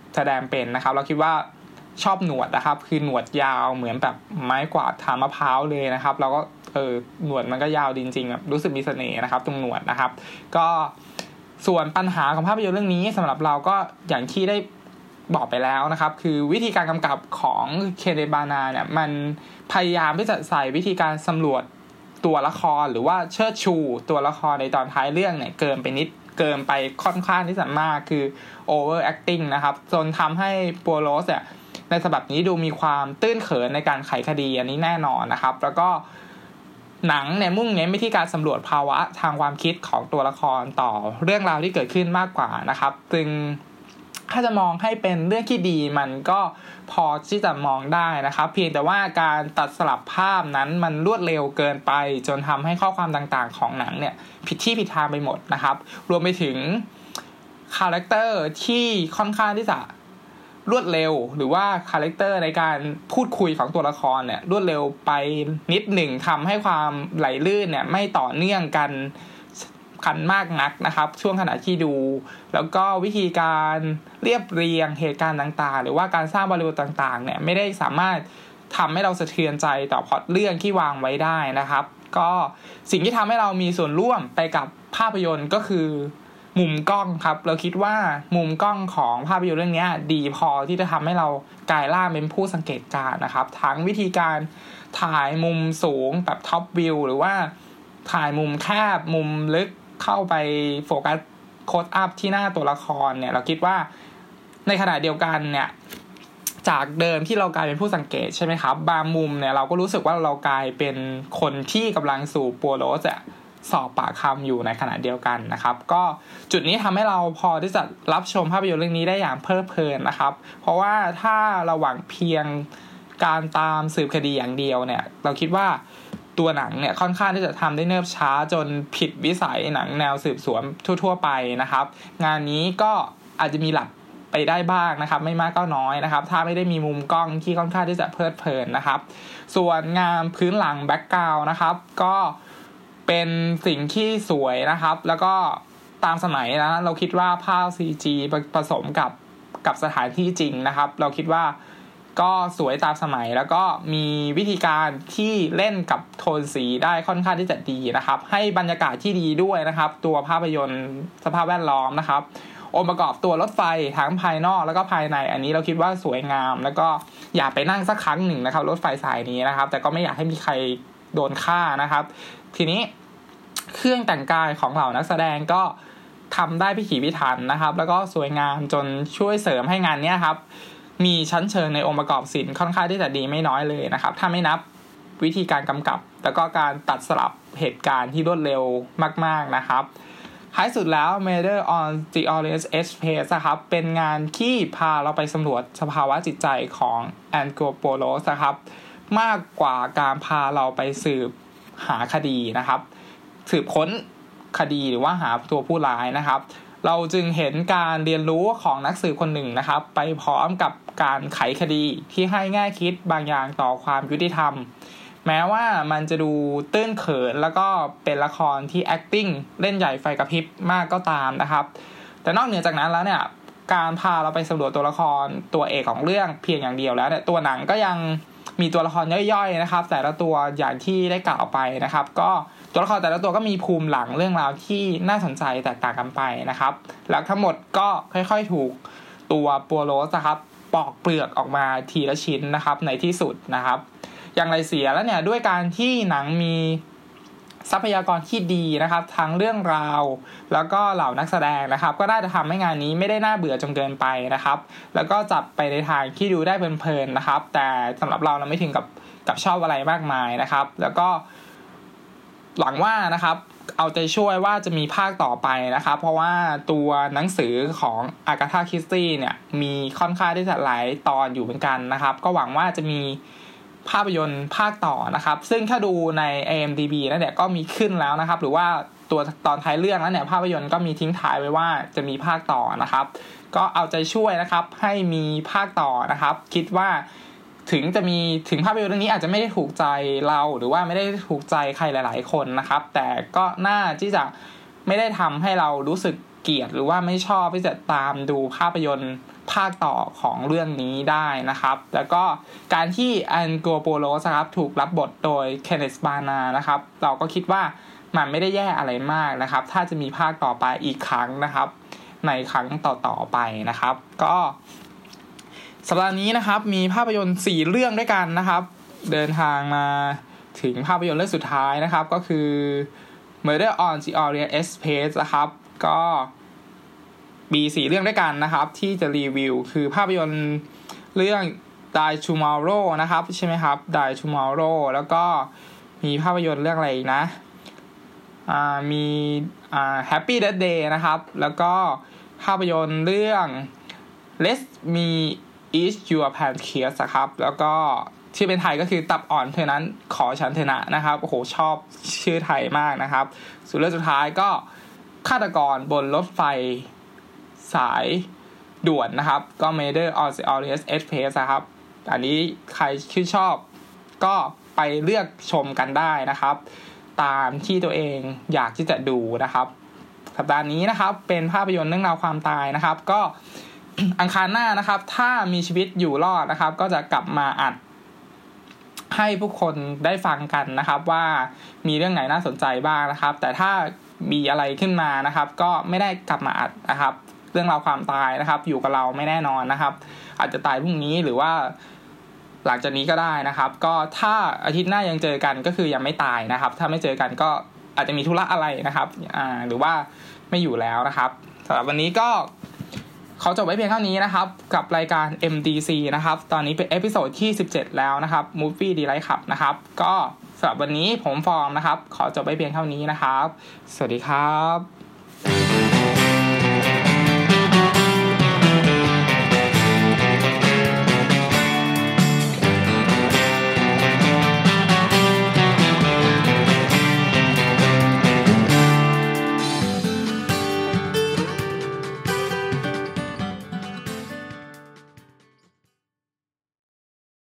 แสดงเป็นนะครับเราคิดว่าชอบหนวดนะครับคือหนวดยาวเหมือนแบบไม้กวาดทางมะพร้าวเลยนะครับแล้วก็เออหนวดมันก็ยาวจริงๆแบบรู้สึกมีเสน่ห์นะครับตรงหนวดนะครับก็ส่วนปัญหาของภาพยนตร์เรื่องนี้สำหรับเราก็อย่างที่ได้บอกไปแล้วนะครับคือวิธีการกำกับของเคนเนธ บรานาเนี่ยมันพยายามที่จะใส่วิธีการสำรวจตัวละครหรือว่าเชิดชูตัวละครในตอนท้ายเรื่องเนี่ยเกินไปนิดเกินไปค่อนข้างที่จะมากคือ over acting นะครับจนทำให้ปัวโรสเนี่ยในฉบับนี้ดูมีความตื้นเขินในการไขคดีอันนี้แน่นอนนะครับแล้วก็หนังเนี่ยมุ่งเน้นไปที่การสำรวจภาวะทางความคิดของตัวละครต่อเรื่องราวที่เกิดขึ้นมากกว่านะครับจึงถ้าจะมองให้เป็นเรื่องที่ดีมันก็พอที่จะมองได้นะครับเพียงแต่ว่าการตัดสลับภาพนั้นมันรวดเร็วเกินไปจนทำให้ข้อความต่างๆของหนังเนี่ยผิดที่ผิดทางไปหมดนะครับรวมไปถึงคาแรคเตอร์ที่ค่อนข้างที่จะรวดเร็วหรือว่าคาแรคเตอร์ในการพูดคุยของตัวละครเนี่ยรวดเร็วไปนิดหนึ่งทำให้ความไหลลื่นเนี่ยไม่ต่อเนื่องกันกันมากนักนะครับช่วงขณะที่ดูแล้วก็วิธีการเรียบเรียงเหตุการณ์ต่างๆหรือว่าการสร้างบริบทต่างๆเนี่ยไม่ได้สามารถทำให้เราสะเทือนใจต่อพล็อตเรื่องที่วางไว้ได้นะครับก็สิ่งที่ทำให้เรามีส่วนร่วมไปกับภาพยนตร์ก็คือมุมกล้องครับเราคิดว่ามุมกล้องของภาพยนตร์เรื่องนี้ดีพอที่จะทำให้เรากลายร่างเป็นผู้สังเกตการณ์นะครับทั้งวิธีการถ่ายมุมสูงแบบท็อปวิวหรือว่าถ่ายมุมแคบมุมลึกเข้าไปโฟกัสโคสอัพที่หน้าตัวละครเนี่ยเราคิดว่าในขณะเดียวกันเนี่ยจากเดิมที่เรากลายเป็นผู้สังเกตใช่ไหมครับบางมุมเนี่ยเราก็รู้สึกว่าเรากลายเป็นคนที่กำลังสู่ปัวโรสอะสอบปากคำอยู่ในขณะเดียวกันนะครับก็จุดนี้ทำให้เราพอที่จะรับชมภาพยนตร์เรื่องนี้ได้อย่างเพลิดเพลินนะครับเพราะว่าถ้าเราหวังเพียงการตามสืบคดีอย่างเดียวเนี่ยเราคิดว่าตัวหนังเนี่ยค่อนข้างที่จะทำได้เนิบช้าจนผิดวิสัยหนังแนวสืบสวนทั่วๆไปนะครับงานนี้ก็อาจจะมีหลักไปได้บ้างนะครับไม่มากก็น้อยนะครับถ้าไม่ได้มีมุมกล้องที่ค่อนข้างที่จะเพลิดเพลินนะครับส่วนงานพื้นหลังแบ็คกราวด์นะครับก็เป็นสิ่งที่สวยนะครับแล้วก็ตามสมัยนะเราคิดว่าภาพ ซี จี ผสมกับกับสถานที่จริงนะครับเราคิดว่าก็สวยตามสมัยแล้วก็มีวิธีการที่เล่นกับโทนสีได้ค่อนข้างที่จะดีนะครับให้บรรยากาศที่ดีด้วยนะครับตัวภาพยนตร์สภาพแวดล้อมนะครับองค์ประกอบตัวรถไฟทั้งภายนอกแล้วก็ภายในอันนี้เราคิดว่าสวยงามแล้วก็อยากไปนั่งสักครั้งหนึ่งนะครับรถไฟสายนี้นะครับแต่ก็ไม่อยากให้มีใครโดนฆ่านะครับทีนี้เครื่องแต่งกายของเหล่านักแสดงก็ทำได้พิถีพิถันนะครับแล้วก็สวยงามจนช่วยเสริมให้งานนี้ครับมีชั้นเชิงในองค์ประกอบศิลป์ค่อนข้างที่จะดีไม่น้อยเลยนะครับถ้าไม่นับวิธีการกำกับแล้วก็การตัดสลับเหตุการณ์ที่รวดเร็วมากๆนะครับท้ายสุดแล้ว Murder on the Orient Express นะครับเป็นงานที่พาเราไปสำรวจสภาวะจิตใจของแอนโกโปโลสครับมากกว่าการพาเราไปสืบหาคดีนะครับสืบค้นคดีหรือว่าหาตัวผู้ร้ายนะครับเราจึงเห็นการเรียนรู้ของนักสืบคนหนึ่งนะครับไปพร้อมกับการไขคดีที่ให้แง่คิดบางอย่างต่อความยุติธรรมแม้ว่ามันจะดูตื้นเขินแล้วก็เป็นละครที่ acting เล่นใหญ่ไฟกระพริบมากก็ตามนะครับแต่นอกเหนือจากนั้นแล้วเนี่ยการพาเราไปสำรวจตัวละครตัวเอกของเรื่องเพียงอย่างเดียวแล้วเนี่ยตัวหนังก็ยังมีตัวละครย่อยๆนะครับแต่ละตัวอย่างที่ได้กล่าวไปนะครับก็ตัวละครแต่ละตัวก็มีภูมิหลังเรื่องราวที่น่าสนใจแตกต่างกันไปนะครับแล้วทั้งหมดก็ค่อยๆถูกตัวปัวโรสนะครับปอกเปลือกออกมาทีละชิ้นนะครับในที่สุดนะครับอย่างไรเสียแล้วเนี่ยด้วยการที่หนังมีทรัพยากรที่ดีนะครับทั้งเรื่องราวแล้วก็เหล่านักแสดงนะครับก็ได้จะทำให้งานนี้ไม่ได้น่าเบื่อจนเกินไปนะครับแล้วก็จับไปในทางที่ดูได้เพลินๆนะครับแต่สำหรับเราเราไม่ถึงกับกับชอบอะไรมากมายนะครับแล้วก็หวังว่านะครับเอาใจช่วยว่าจะมีภาคต่อไปนะครับเพราะว่าตัวหนังสือของอากาธาคริสตี้เนี่ยมีค่อนข้างที่จะหลายตอนอยู่เหมือนกันนะครับก็หวังว่าจะมีภาพยนตร์ภาคต่อนะครับซึ่งถ้าดูใน ไอ เอ็ม ดี บี นั่นแหละก็มีขึ้นแล้วนะครับหรือว่าตัวตอนท้ายเรื่องแล้วเนี่ยภาพยนตร์ก็มีทิ้งท้ายไว้ว่าจะมีภาคต่อนะครับก็เอาใจช่วยนะครับให้มีภาคต่อนะครับคิดว่าถึงจะมีถึงภาพยนตร์เรื่องนี้อาจจะไม่ได้ถูกใจเราหรือว่าไม่ได้ถูกใจใครหลายๆคนนะครับแต่ก็น่าที่จะไม่ได้ทำให้เรารู้สึกเกเกลียดหรือว่าไม่ชอบที่จะตามดูภาพยนตร์ภาคต่อของเรื่องนี้ได้นะครับแล้วก็การที่อันโกโปโลสครับถูกรับบทโดยเคนเนธ บรานานะครับเราก็คิดว่ามันไม่ได้แย่อะไรมากนะครับถ้าจะมีภาคต่อไปอีกครั้งนะครับในครั้งต่อๆไปนะครับก็สัปดาห์นี้นะครับมีภาพยนตร์สี่เรื่องด้วยกันนะครับเดินทางมาถึงภาพยนตร์เรื่องสุดท้ายนะครับก็คือ Murder on the Orient Express นะครับก็มีสี่เรื่องด้วยกันนะครับที่จะรีวิวคือภาพยนตร์เรื่อง Die Tomorrow นะครับใช่ไหมครับ Die Tomorrow แล้วก็มีภาพยนตร์เรื่องอะไรอีกนะอ่ามีอ่า Happy Death Day นะครับแล้วก็ภาพยนตร์เรื่อง Let Me Eat Your Pancreas ครับแล้วก็ชื่อเป็นไทยก็คือตับอ่อนเธอนั้นขอฉันเถอะนะนะครับโอ้โหชอบชื่อไทยมากนะครับส่วนเรื่องสุดท้ายก็ฆาตกรบนรถไฟสายด่วนนะครับก็ Murder on the Orient Express นะครับอันนี้ใครชื่นชอบก็ไปเลือกชมกันได้นะครับตามที่ตัวเองอยากที่จะดูนะครับสัปดาห์นี้นะครับเป็นภาพยนตร์เรื่องราวความตายนะครับก็ อังคารหน้านะครับถ้ามีชีวิตอยู่รอดนะครับก็จะกลับมาอัดให้ผู้คนได้ฟังกันนะครับว่ามีเรื่องไหนน่าสนใจบ้างนะครับแต่ถ้ามีอะไรขึ้นมานะครับก็ไม่ได้กลับมาอัดนะครับเรื่องราวความตายนะครับอยู่กับเราไม่แน่นอนนะครับอาจจะตายพรุ่งนี้หรือว่าหลังจากนี้ก็ได้นะครับก็ถ้าอาทิตย์หน้ายังเจอกันก็คือยังไม่ตายนะครับถ้าไม่เจอกันก็อาจจะมีธุระอะไรนะครับอ่าหรือว่าไม่อยู่แล้วนะครับสำหรับวันนี้ก็ขอจบไว้เพียงเท่านี้นะครับกับรายการ เอ็ม ดี ซี นะครับตอนนี้เป็นเอพิโซดที่สิบเจ็ดแล้วนะครับ Movie Delight Club นะครับก็สำหรับวันนี้ผมฟอร์มนะครับขอจบไว้เพียงเท่านี้นะครับสวัสดีครับ